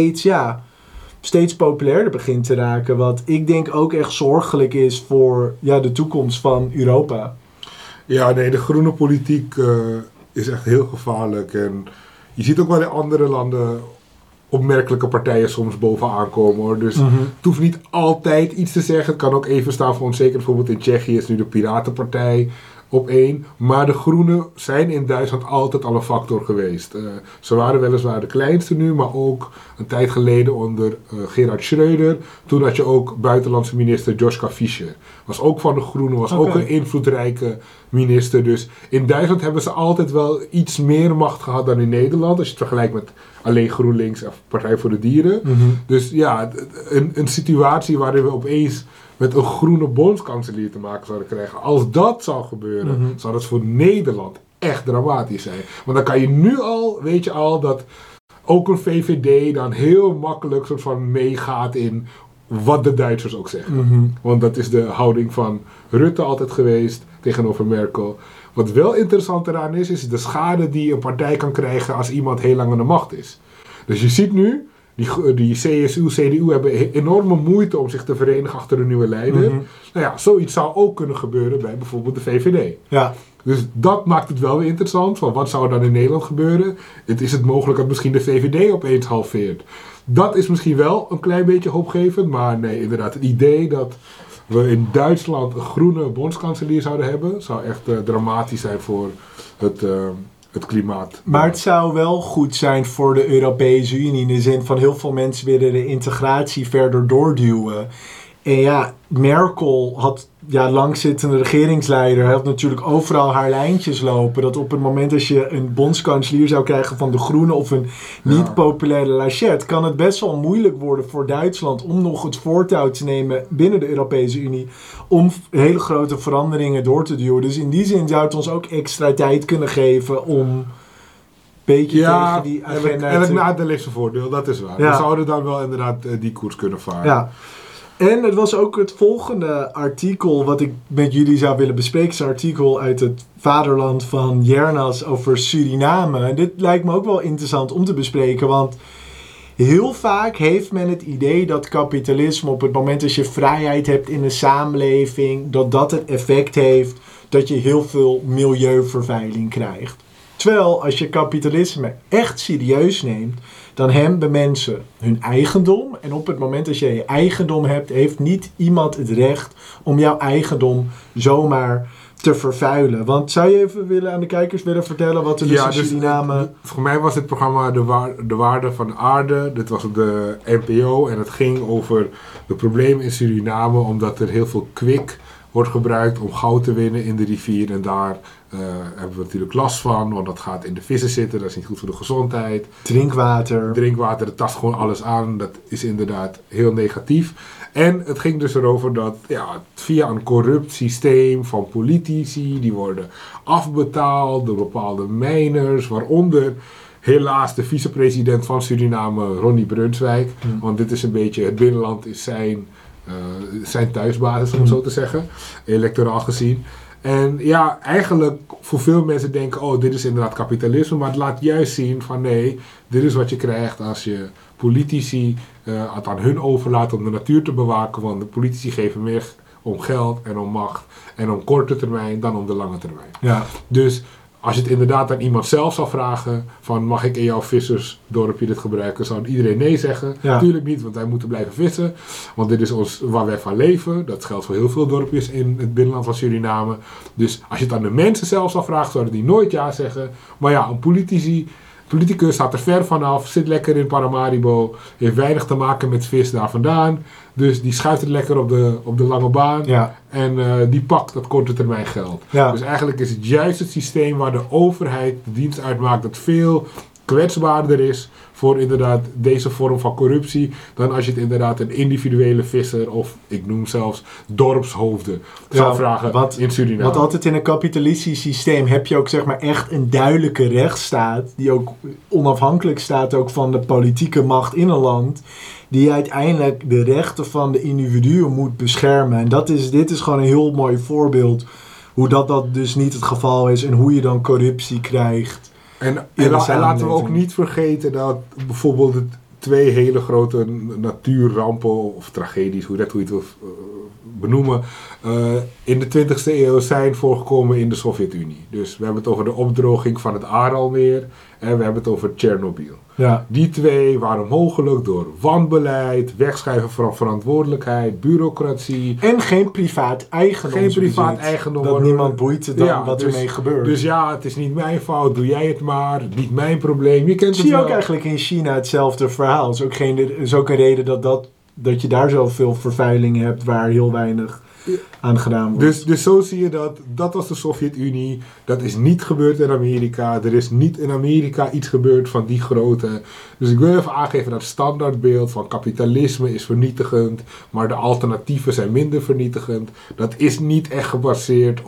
steeds populairder begint te raken. Wat ik denk ook echt zorgelijk is voor de toekomst van Europa. Ja, nee, de groene politiek is echt heel gevaarlijk. En je ziet ook wel in andere landen opmerkelijke partijen soms bovenaan komen, hoor. Dus het hoeft niet altijd iets te zeggen. Het kan ook even staan voor onzeker. Bijvoorbeeld in Tsjechië is nu de Piratenpartij op één. Maar de groenen zijn in Duitsland altijd al een factor geweest. Ze waren weliswaar de kleinste nu, maar ook een tijd geleden onder Gerhard Schröder. Toen had je ook buitenlandse minister Joschka Fischer. Was ook van de groenen, was ook een invloedrijke minister. Dus in Duitsland hebben ze altijd wel iets meer macht gehad dan in Nederland. Als je het vergelijkt met alleen GroenLinks of Partij voor de Dieren. Mm-hmm. Dus ja, een situatie waarin we opeens met een groene bondskanselier te maken zouden krijgen. Als dat zou gebeuren, zou dat voor Nederland echt dramatisch zijn. Want dan kan je nu al, weet je al, dat ook een VVD dan heel makkelijk soort van meegaat in wat de Duitsers ook zeggen. Mm-hmm. Want dat is de houding van Rutte altijd geweest tegenover Merkel. Wat wel interessant eraan is de schade die een partij kan krijgen als iemand heel lang aan de macht is. Dus je ziet nu, die CSU, CDU hebben enorme moeite om zich te verenigen achter een nieuwe leider. Mm-hmm. Nou ja, zoiets zou ook kunnen gebeuren bij bijvoorbeeld de VVD. Ja. Dus dat maakt het wel weer interessant. Van wat zou er dan in Nederland gebeuren? Is het mogelijk dat misschien de VVD opeens halveert? Dat is misschien wel een klein beetje hoopgevend. Maar nee, inderdaad, het idee dat we in Duitsland een groene bondskanselier zouden hebben, zou echt dramatisch zijn voor het klimaat. Maar het zou wel goed zijn voor de Europese Unie. In de zin van heel veel mensen willen de integratie verder doorduwen. En ja, Merkel had langzittende regeringsleider. Had natuurlijk overal haar lijntjes lopen. Dat op het moment als je een bondskanselier zou krijgen van de Groenen of een niet populaire Laschet, kan het best wel moeilijk worden voor Duitsland om nog het voortouw te nemen binnen de Europese Unie. Om hele grote veranderingen door te duwen. Dus in die zin zou het ons ook extra tijd kunnen geven om beetje tegen die agenda. En het nadeel is een voordeel, dat is waar. Ja. We zouden dan wel inderdaad die koers kunnen varen. Ja. En het was ook het volgende artikel wat ik met jullie zou willen bespreken. Het is een artikel uit het vaderland van Jernas over Suriname. En dit lijkt me ook wel interessant om te bespreken, want heel vaak heeft men het idee dat kapitalisme op het moment dat je vrijheid hebt in een samenleving, dat het effect heeft dat je heel veel milieuvervuiling krijgt. Terwijl als je kapitalisme echt serieus neemt, dan hebben mensen hun eigendom. En op het moment dat je je eigendom hebt, heeft niet iemand het recht om jouw eigendom zomaar te vervuilen. Want zou je even aan de kijkers willen vertellen wat er dus in Suriname... Voor mij was dit programma de Waarde van de Aarde. Dit was op de NPO en het ging over de problemen in Suriname, omdat er heel veel kwik wordt gebruikt om goud te winnen in de rivier. En daar hebben we natuurlijk last van, want dat gaat in de vissen zitten. Dat is niet goed voor de gezondheid. Drinkwater, dat tast gewoon alles aan. Dat is inderdaad heel negatief. En het ging dus erover dat via een corrupt systeem van politici, die worden afbetaald door bepaalde mijners, waaronder helaas de vicepresident van Suriname, Ronnie Brunswijk. Want dit is een beetje, het binnenland is zijn thuisbasis, om het zo te zeggen, electoraal gezien. En ja, eigenlijk voor veel mensen denken, dit is inderdaad kapitalisme, maar het laat juist zien van nee, dit is wat je krijgt als je politici het aan hun overlaat om de natuur te bewaken, want de politici geven meer om geld en om macht en om korte termijn dan om de lange termijn. Ja. Dus als je het inderdaad aan iemand zelf zou vragen van mag ik in jouw vissersdorpje dit gebruiken, zou iedereen nee zeggen. Ja. Natuurlijk niet, want wij moeten blijven vissen. Want dit is waar wij van leven. Dat geldt voor heel veel dorpjes in het binnenland van Suriname. Dus als je het aan de mensen zelf zou vragen, zouden die nooit ja zeggen. Maar ja, een politicus staat er ver vanaf, zit lekker in Paramaribo, heeft weinig te maken met vis daar vandaan. Dus die schuift het lekker op de lange baan. Ja. En die pakt dat korte termijn geld. Ja. Dus eigenlijk is het juist het systeem waar de overheid de dienst uitmaakt dat veel kwetsbaarder is voor inderdaad deze vorm van corruptie dan als je het inderdaad een individuele visser of ik noem zelfs dorpshoofden zou vragen in Suriname. Want altijd in een kapitalistisch systeem heb je ook zeg maar echt een duidelijke rechtsstaat die ook onafhankelijk staat ook van de politieke macht in een land, die uiteindelijk de rechten van de individuen moet beschermen. En dit is gewoon een heel mooi voorbeeld hoe dat dus niet het geval is en hoe je dan corruptie krijgt. En laten we ook niet vergeten dat bijvoorbeeld twee hele grote natuurrampen of tragedies, hoe je het wil benoemen, in de 20e eeuw zijn voorgekomen in de Sovjet-Unie. Dus we hebben het over de opdroging van het Aralmeer en we hebben het over Tsjernobyl. Ja. Die twee waren mogelijk door wanbeleid, wegschuiven van verantwoordelijkheid, bureaucratie. En geen privaat eigendom. Geen privaat eigendom. Dat niemand boeit dan wat ermee gebeurt. Dus ja, het is niet mijn fout, doe jij het maar, niet mijn probleem. Je kent Zie het je wel. ook eigenlijk in China hetzelfde verhaal. Het is ook een reden dat je daar zoveel vervuiling hebt waar heel weinig aan gedaan wordt. Dus zo zie je dat. Dat was de Sovjet-Unie. Dat is niet gebeurd in Amerika. Er is niet in Amerika iets gebeurd van die grootte. Dus ik wil even aangeven dat het standaardbeeld van kapitalisme is vernietigend. Maar de alternatieven zijn minder vernietigend. Dat is niet echt gebaseerd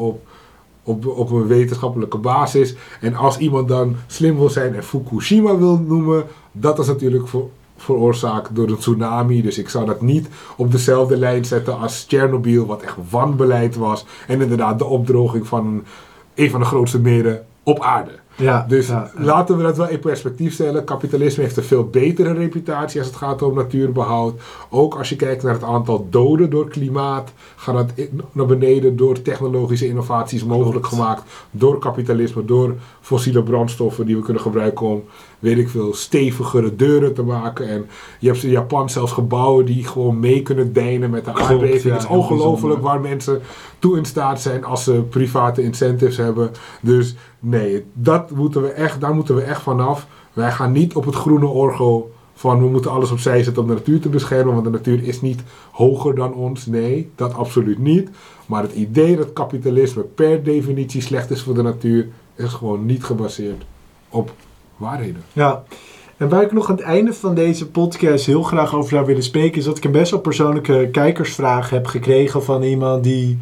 op een wetenschappelijke basis. En als iemand dan slim wil zijn en Fukushima wil noemen, dat is natuurlijk veroorzaakt door een tsunami. Dus ik zou dat niet op dezelfde lijn zetten als Tsjernobyl, wat echt wanbeleid was. En inderdaad de opdroging van een van de grootste meren op aarde. Ja, Dus laten we dat wel in perspectief stellen. Kapitalisme heeft een veel betere reputatie als het gaat om natuurbehoud. Ook als je kijkt naar het aantal doden door klimaat, gaat dat naar beneden door technologische innovaties mogelijk gemaakt. Door kapitalisme, door fossiele brandstoffen die we kunnen gebruiken om, weet ik veel, stevigere deuren te maken. En je hebt in Japan zelfs gebouwen die gewoon mee kunnen deinen met de aardbeving. Ja, het is ongelooflijk waar mensen toe in staat zijn als ze private incentives hebben. Dus nee, daar moeten we echt vanaf. Wij gaan niet op het groene orgel van we moeten alles opzij zetten om de natuur te beschermen, want de natuur is niet hoger dan ons. Nee, dat absoluut niet. Maar het idee dat kapitalisme per definitie slecht is voor de natuur, is gewoon niet gebaseerd op waarheden. Ja, en waar ik nog aan het einde van deze podcast heel graag over zou willen spreken, is dat ik een best wel persoonlijke kijkersvraag heb gekregen van iemand die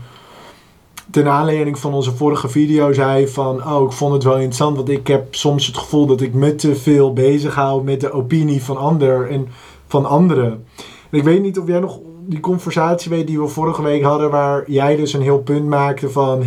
ten aanleiding van onze vorige video zei van, ik vond het wel interessant, want ik heb soms het gevoel dat ik me te veel bezighoud met de opinie van anderen. En ik weet niet of jij nog die conversatie weet die we vorige week hadden, waar jij dus een heel punt maakte van,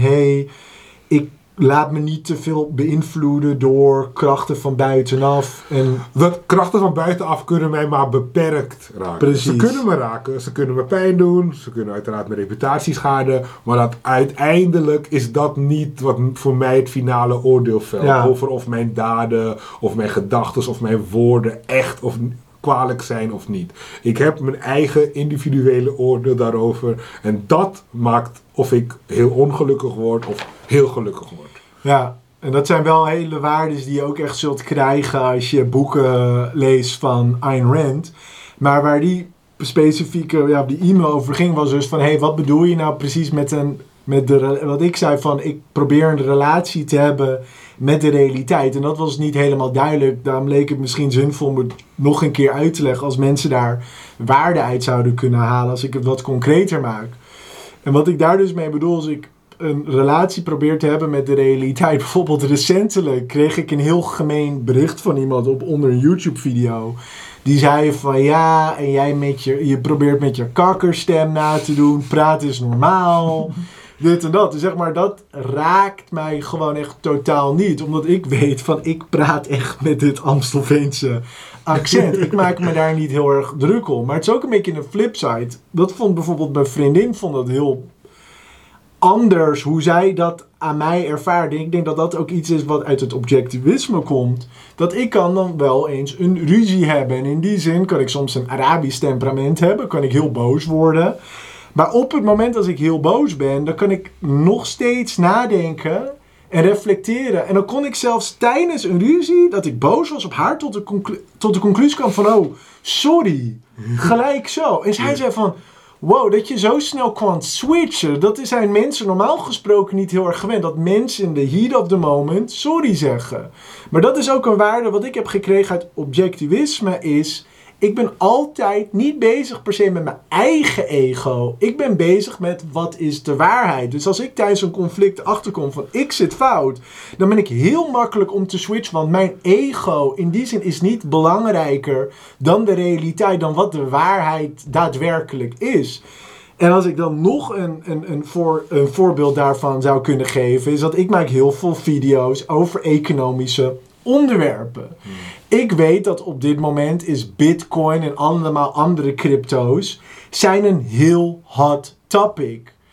ik laat me niet te veel beïnvloeden door krachten van buitenaf. En dat krachten van buitenaf kunnen mij maar beperkt raken. Precies. Ze kunnen me raken, ze kunnen me pijn doen, ze kunnen uiteraard mijn reputatie schaden, maar dat uiteindelijk is dat niet wat voor mij het finale oordeel velt over of mijn daden, of mijn gedachten, of mijn woorden echt of kwalijk zijn of niet. Ik heb mijn eigen individuele oordeel daarover en dat maakt of ik heel ongelukkig word of heel gelukkig word. Ja, en dat zijn wel hele waarden die je ook echt zult krijgen als je boeken leest van Ayn Rand. Maar waar die specifieke die e-mail over ging was dus van, wat bedoel je nou precies wat ik zei van, ik probeer een relatie te hebben met de realiteit. En dat was niet helemaal duidelijk. Daarom leek het misschien zinvol om het nog een keer uit te leggen als mensen daar waarde uit zouden kunnen halen, als ik het wat concreter maak. En wat ik daar dus mee bedoel, als ik een relatie probeer te hebben met de realiteit. Bijvoorbeeld recentelijk kreeg ik een heel gemeen bericht van iemand onder een YouTube video. Die zei van en jij je probeert met je kakkerstem na te doen. Praat is normaal. Dit en dat. Dus zeg maar, dat raakt mij gewoon echt totaal niet. Omdat ik weet van, ik praat echt met dit Amstelveense accent. Ik maak me daar niet heel erg druk om. Maar het is ook een beetje een flipside. Dat vond bijvoorbeeld mijn vriendin heel anders hoe zij dat aan mij ervaarde. Ik denk dat dat ook iets is wat uit het objectivisme komt. Dat ik kan dan wel eens een ruzie hebben. En in die zin kan ik soms een Arabisch temperament hebben. Kan ik heel boos worden. Maar op het moment als ik heel boos ben, dan kan ik nog steeds nadenken en reflecteren. En dan kon ik zelfs tijdens een ruzie, dat ik boos was op haar, tot de conclusie kwam van, sorry. Gelijk zo. En zij zei van, wow, dat je zo snel kan switchen. Dat zijn mensen normaal gesproken niet heel erg gewend. Dat mensen in the heat of the moment sorry zeggen. Maar dat is ook een waarde wat ik heb gekregen uit objectivisme is, ik ben altijd niet bezig per se met mijn eigen ego. Ik ben bezig met wat is de waarheid. Dus als ik tijdens een conflict achterkom van ik zit fout, dan ben ik heel makkelijk om te switchen. Want mijn ego in die zin is niet belangrijker dan de realiteit, dan wat de waarheid daadwerkelijk is. En als ik dan nog een voorbeeld daarvan zou kunnen geven, is dat ik maak heel veel video's over economische onderwerpen. Ik weet dat op dit moment is Bitcoin en allemaal andere crypto's zijn een heel hot topic.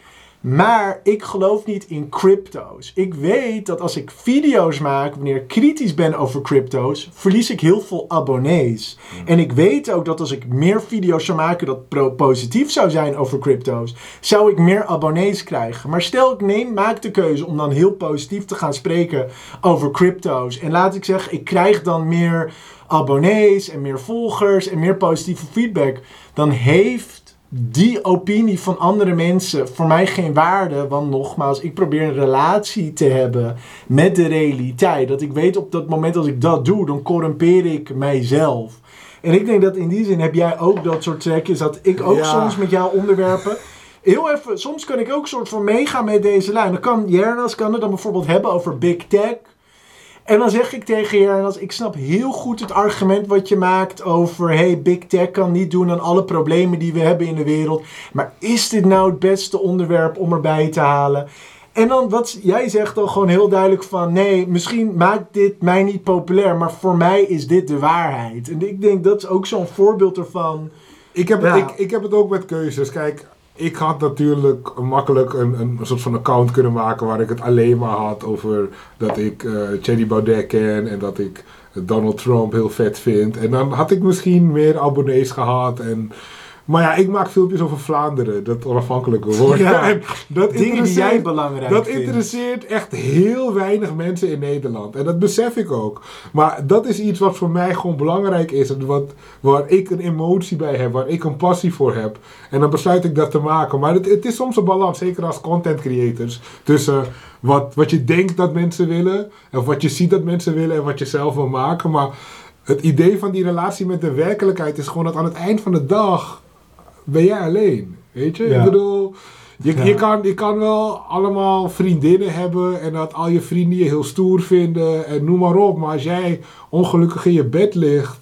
Maar ik geloof niet in crypto's. Ik weet dat als ik video's maak, wanneer ik kritisch ben over crypto's, verlies ik heel veel abonnees. En ik weet ook dat als ik meer video's zou maken dat positief zou zijn over crypto's, zou ik meer abonnees krijgen. Maar stel ik maak de keuze om dan heel positief te gaan spreken over crypto's. En laat ik zeggen, ik krijg dan meer abonnees en meer volgers en meer positieve feedback. Dan heeft die opinie van andere mensen voor mij geen waarde. Want nogmaals, ik probeer een relatie te hebben met de realiteit. Dat ik weet op dat moment als ik dat doe, dan corrumpeer ik mijzelf. En ik denk dat in die zin heb jij ook dat soort trekjes. Dat ik ook soms met jouw onderwerpen... Heel even, soms kan ik ook soort van meegaan met deze lijn. Dan kan Jernas het dan bijvoorbeeld hebben over Big Tech. En dan zeg ik tegen Jernas, ik snap heel goed het argument wat je maakt over, hey, Big Tech kan niet doen aan alle problemen die we hebben in de wereld. Maar is dit nou het beste onderwerp om erbij te halen? En dan, jij zegt dan gewoon heel duidelijk van, nee, misschien maakt dit mij niet populair, maar voor mij is dit de waarheid. En ik denk, dat is ook zo'n voorbeeld ervan. Ik heb het ook met keuzes. Kijk, ik had natuurlijk makkelijk een soort van account kunnen maken waar ik het alleen maar had over dat ik Thierry Baudet ken en dat ik Donald Trump heel vet vind. En dan had ik misschien meer abonnees gehad. Maar ja, ik maak filmpjes over Vlaanderen, dat onafhankelijke wordt. Ja, en dat dingen die jij belangrijk vindt. Dat interesseert echt heel weinig mensen in Nederland. En dat besef ik ook. Maar dat is iets wat voor mij gewoon belangrijk is. En waar ik een emotie bij heb, waar ik een passie voor heb. En dan besluit ik dat te maken. Maar het is soms een balans, zeker als content creators. Tussen wat je denkt dat mensen willen, of wat je ziet dat mensen willen en wat je zelf wil maken. Maar het idee van die relatie met de werkelijkheid is gewoon dat aan het eind van de dag ben jij alleen, weet je? Ja. Ik bedoel, je kan wel allemaal vriendinnen hebben en dat al je vrienden je heel stoer vinden en noem maar op. Maar als jij ongelukkig in je bed ligt,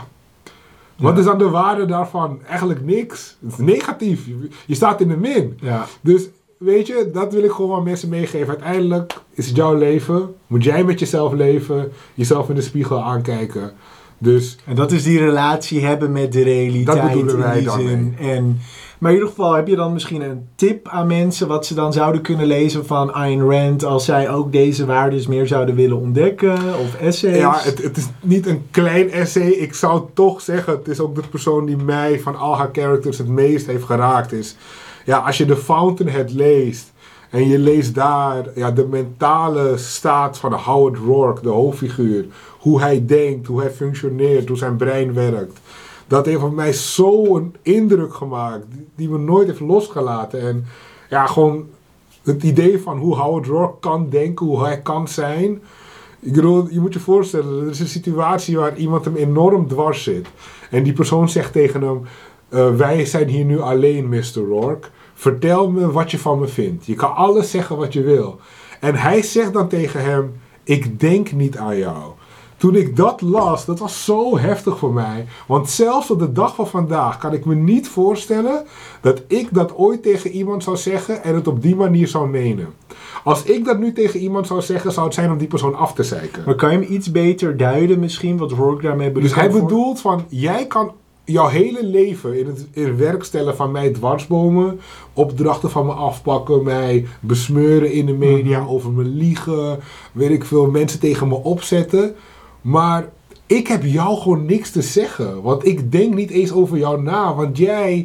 wat is dan de waarde daarvan? Eigenlijk niks. Het is negatief. Je staat in de min. Ja. Dus weet je, dat wil ik gewoon aan mensen meegeven. Uiteindelijk is het jouw leven. Moet jij met jezelf leven. Jezelf in de spiegel aankijken. Dus, en dat is die relatie hebben met de realiteit. Dat bedoelen wij dan mee. Maar in ieder geval, heb je dan misschien een tip aan mensen wat ze dan zouden kunnen lezen van Ayn Rand als zij ook deze waarden meer zouden willen ontdekken? Of essays? Ja, het is niet een klein essay. Ik zou toch zeggen, het is ook de persoon die mij van al haar characters het meest heeft geraakt. Als je The Fountainhead leest en je leest daar de mentale staat van Howard Rourke, de hoofdfiguur. Hoe hij denkt, hoe hij functioneert, hoe zijn brein werkt. Dat heeft op mij zo'n indruk gemaakt, die me nooit heeft losgelaten. En gewoon het idee van hoe Howard Rourke kan denken, hoe hij kan zijn. Ik bedoel, je moet je voorstellen, er is een situatie waar iemand hem enorm dwars zit. En die persoon zegt tegen hem, wij zijn hier nu alleen, Mr. Rourke. Vertel me wat je van me vindt. Je kan alles zeggen wat je wil. En hij zegt dan tegen hem, ik denk niet aan jou. Toen ik dat las, dat was zo heftig voor mij. Want zelfs op de dag van vandaag kan ik me niet voorstellen dat ik dat ooit tegen iemand zou zeggen en het op die manier zou menen. Als ik dat nu tegen iemand zou zeggen, zou het zijn om die persoon af te zeiken. Maar kan je hem iets beter duiden misschien, wat Rourke daarmee bedoelt? Dus hij bedoelt van, jij kan jouw hele leven in het werk stellen van mij dwarsbomen, opdrachten van me afpakken, mij besmeuren in de media, over me liegen, weet ik veel, mensen tegen me opzetten. Maar ik heb jou gewoon niks te zeggen. Want ik denk niet eens over jou na. Want jij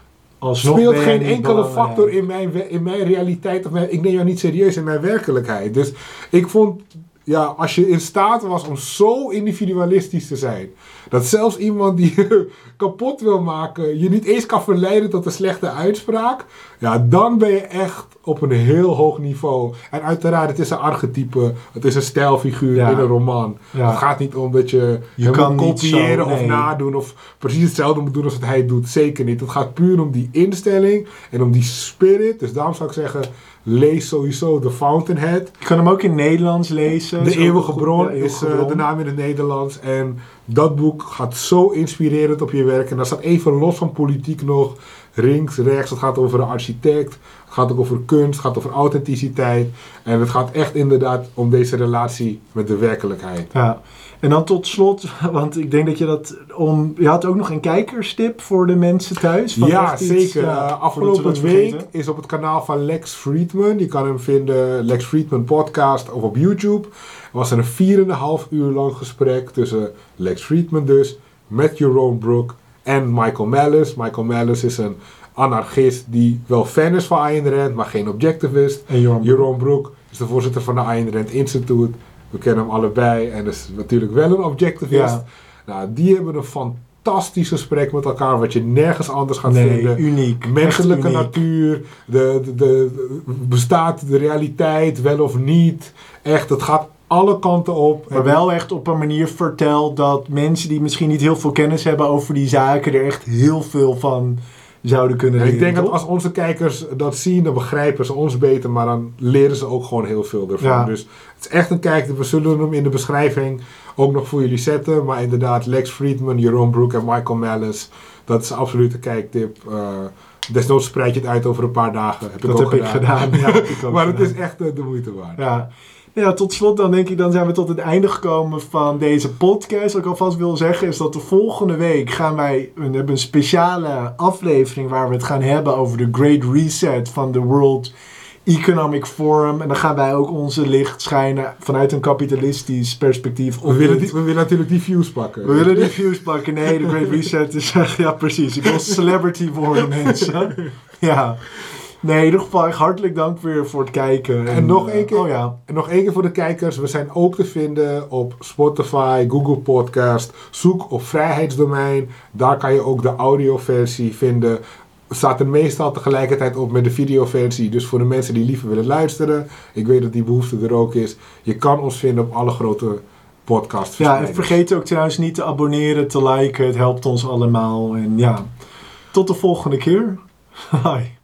speelt geen enkele factor in mijn realiteit. Ik neem jou niet serieus in mijn werkelijkheid. Dus ik vond, als je in staat was om zo individualistisch te zijn. Dat zelfs iemand die je kapot wil maken, je niet eens kan verleiden tot een slechte uitspraak. Ja, dan ben je echt op een heel hoog niveau. En uiteraard, het is een archetype. Het is een stijlfiguur in een roman. Ja. Het gaat niet om dat je kan moet kopiëren of nadoen. Of precies hetzelfde moet doen als wat hij doet. Zeker niet. Het gaat puur om die instelling en om die spirit. Dus daarom zou ik zeggen, lees sowieso The Fountainhead. Je kan hem ook in het Nederlands lezen. De Eeuwige Bron is de naam in het Nederlands. En Dat boek gaat zo inspirerend op je werk. En dat staat even los van politiek nog. Links, rechts. Het gaat over een architect. Het gaat ook over kunst. Het gaat over authenticiteit. En het gaat echt inderdaad om deze relatie met de werkelijkheid. Ja. En dan tot slot, want ik denk dat je had ook nog een kijkerstip voor de mensen thuis. Van Ja, echt iets, zeker. voordat we Afgelopen dat week vergeten. is op het kanaal van Lex Friedman. Je kan hem vinden, Lex Friedman podcast of op YouTube. Er was een 4,5 uur lang gesprek tussen Lex Friedman dus, met Jerome Brook en Michael Malice. Michael Malice is een anarchist die wel fan is van Ayn Rand, maar geen objectivist. En Jerome Brook is de voorzitter van de Ayn Rand Institute. We kennen hem allebei en is natuurlijk wel een objectivist. Ja. Nou, die hebben een fantastisch gesprek met elkaar, wat je nergens anders gaat vinden. Uniek. Menselijke Echt uniek. natuur, bestaat de realiteit wel of niet. Echt, het gaat alle kanten op. Maar wel echt op een manier verteld dat mensen die misschien niet heel veel kennis hebben over die zaken er echt heel veel van zouden kunnen leren. Ik denk dat toch? als onze kijkers dat zien, dan begrijpen ze ons beter, maar dan leren ze ook gewoon heel veel ervan. Ja. Dus het is echt een kijk. We zullen hem in de beschrijving ook nog voor jullie zetten. Maar inderdaad, Lex Friedman, Jerome Brook en Michael Malice, dat is absoluut een kijktip. Desnoods spreid je het uit over een paar dagen. Dat heb ik gedaan. Ja, heb ik ook Maar gedaan. het is echt de moeite waard. Ja. Ja, tot slot dan denk ik, dan zijn we tot het einde gekomen van deze podcast. Wat ik alvast wil zeggen is dat de volgende week we hebben een speciale aflevering waar we het gaan hebben over de Great Reset van de World Economic Forum. En dan gaan wij ook onze licht schijnen vanuit een kapitalistisch perspectief. We willen natuurlijk die views pakken. We willen die views pakken. Nee, de Great Reset is echt, ja precies. Ik wil celebrity worden, mensen. Ja. Nee, in ieder geval echt hartelijk dank weer voor het kijken. En nog één keer, Oh ja. en nog één keer voor de kijkers. We zijn ook te vinden op Spotify, Google Podcast. Zoek op Vrijheidsdomein. Daar kan je ook de audioversie vinden. Staat er meestal tegelijkertijd op met de videoversie. Dus voor de mensen die liever willen luisteren. Ik weet dat die behoefte er ook is. Je kan ons vinden op alle grote podcasts. Ja, en vergeet ook trouwens niet te abonneren, te liken. Het helpt ons allemaal. En ja, tot de volgende keer. Hoi.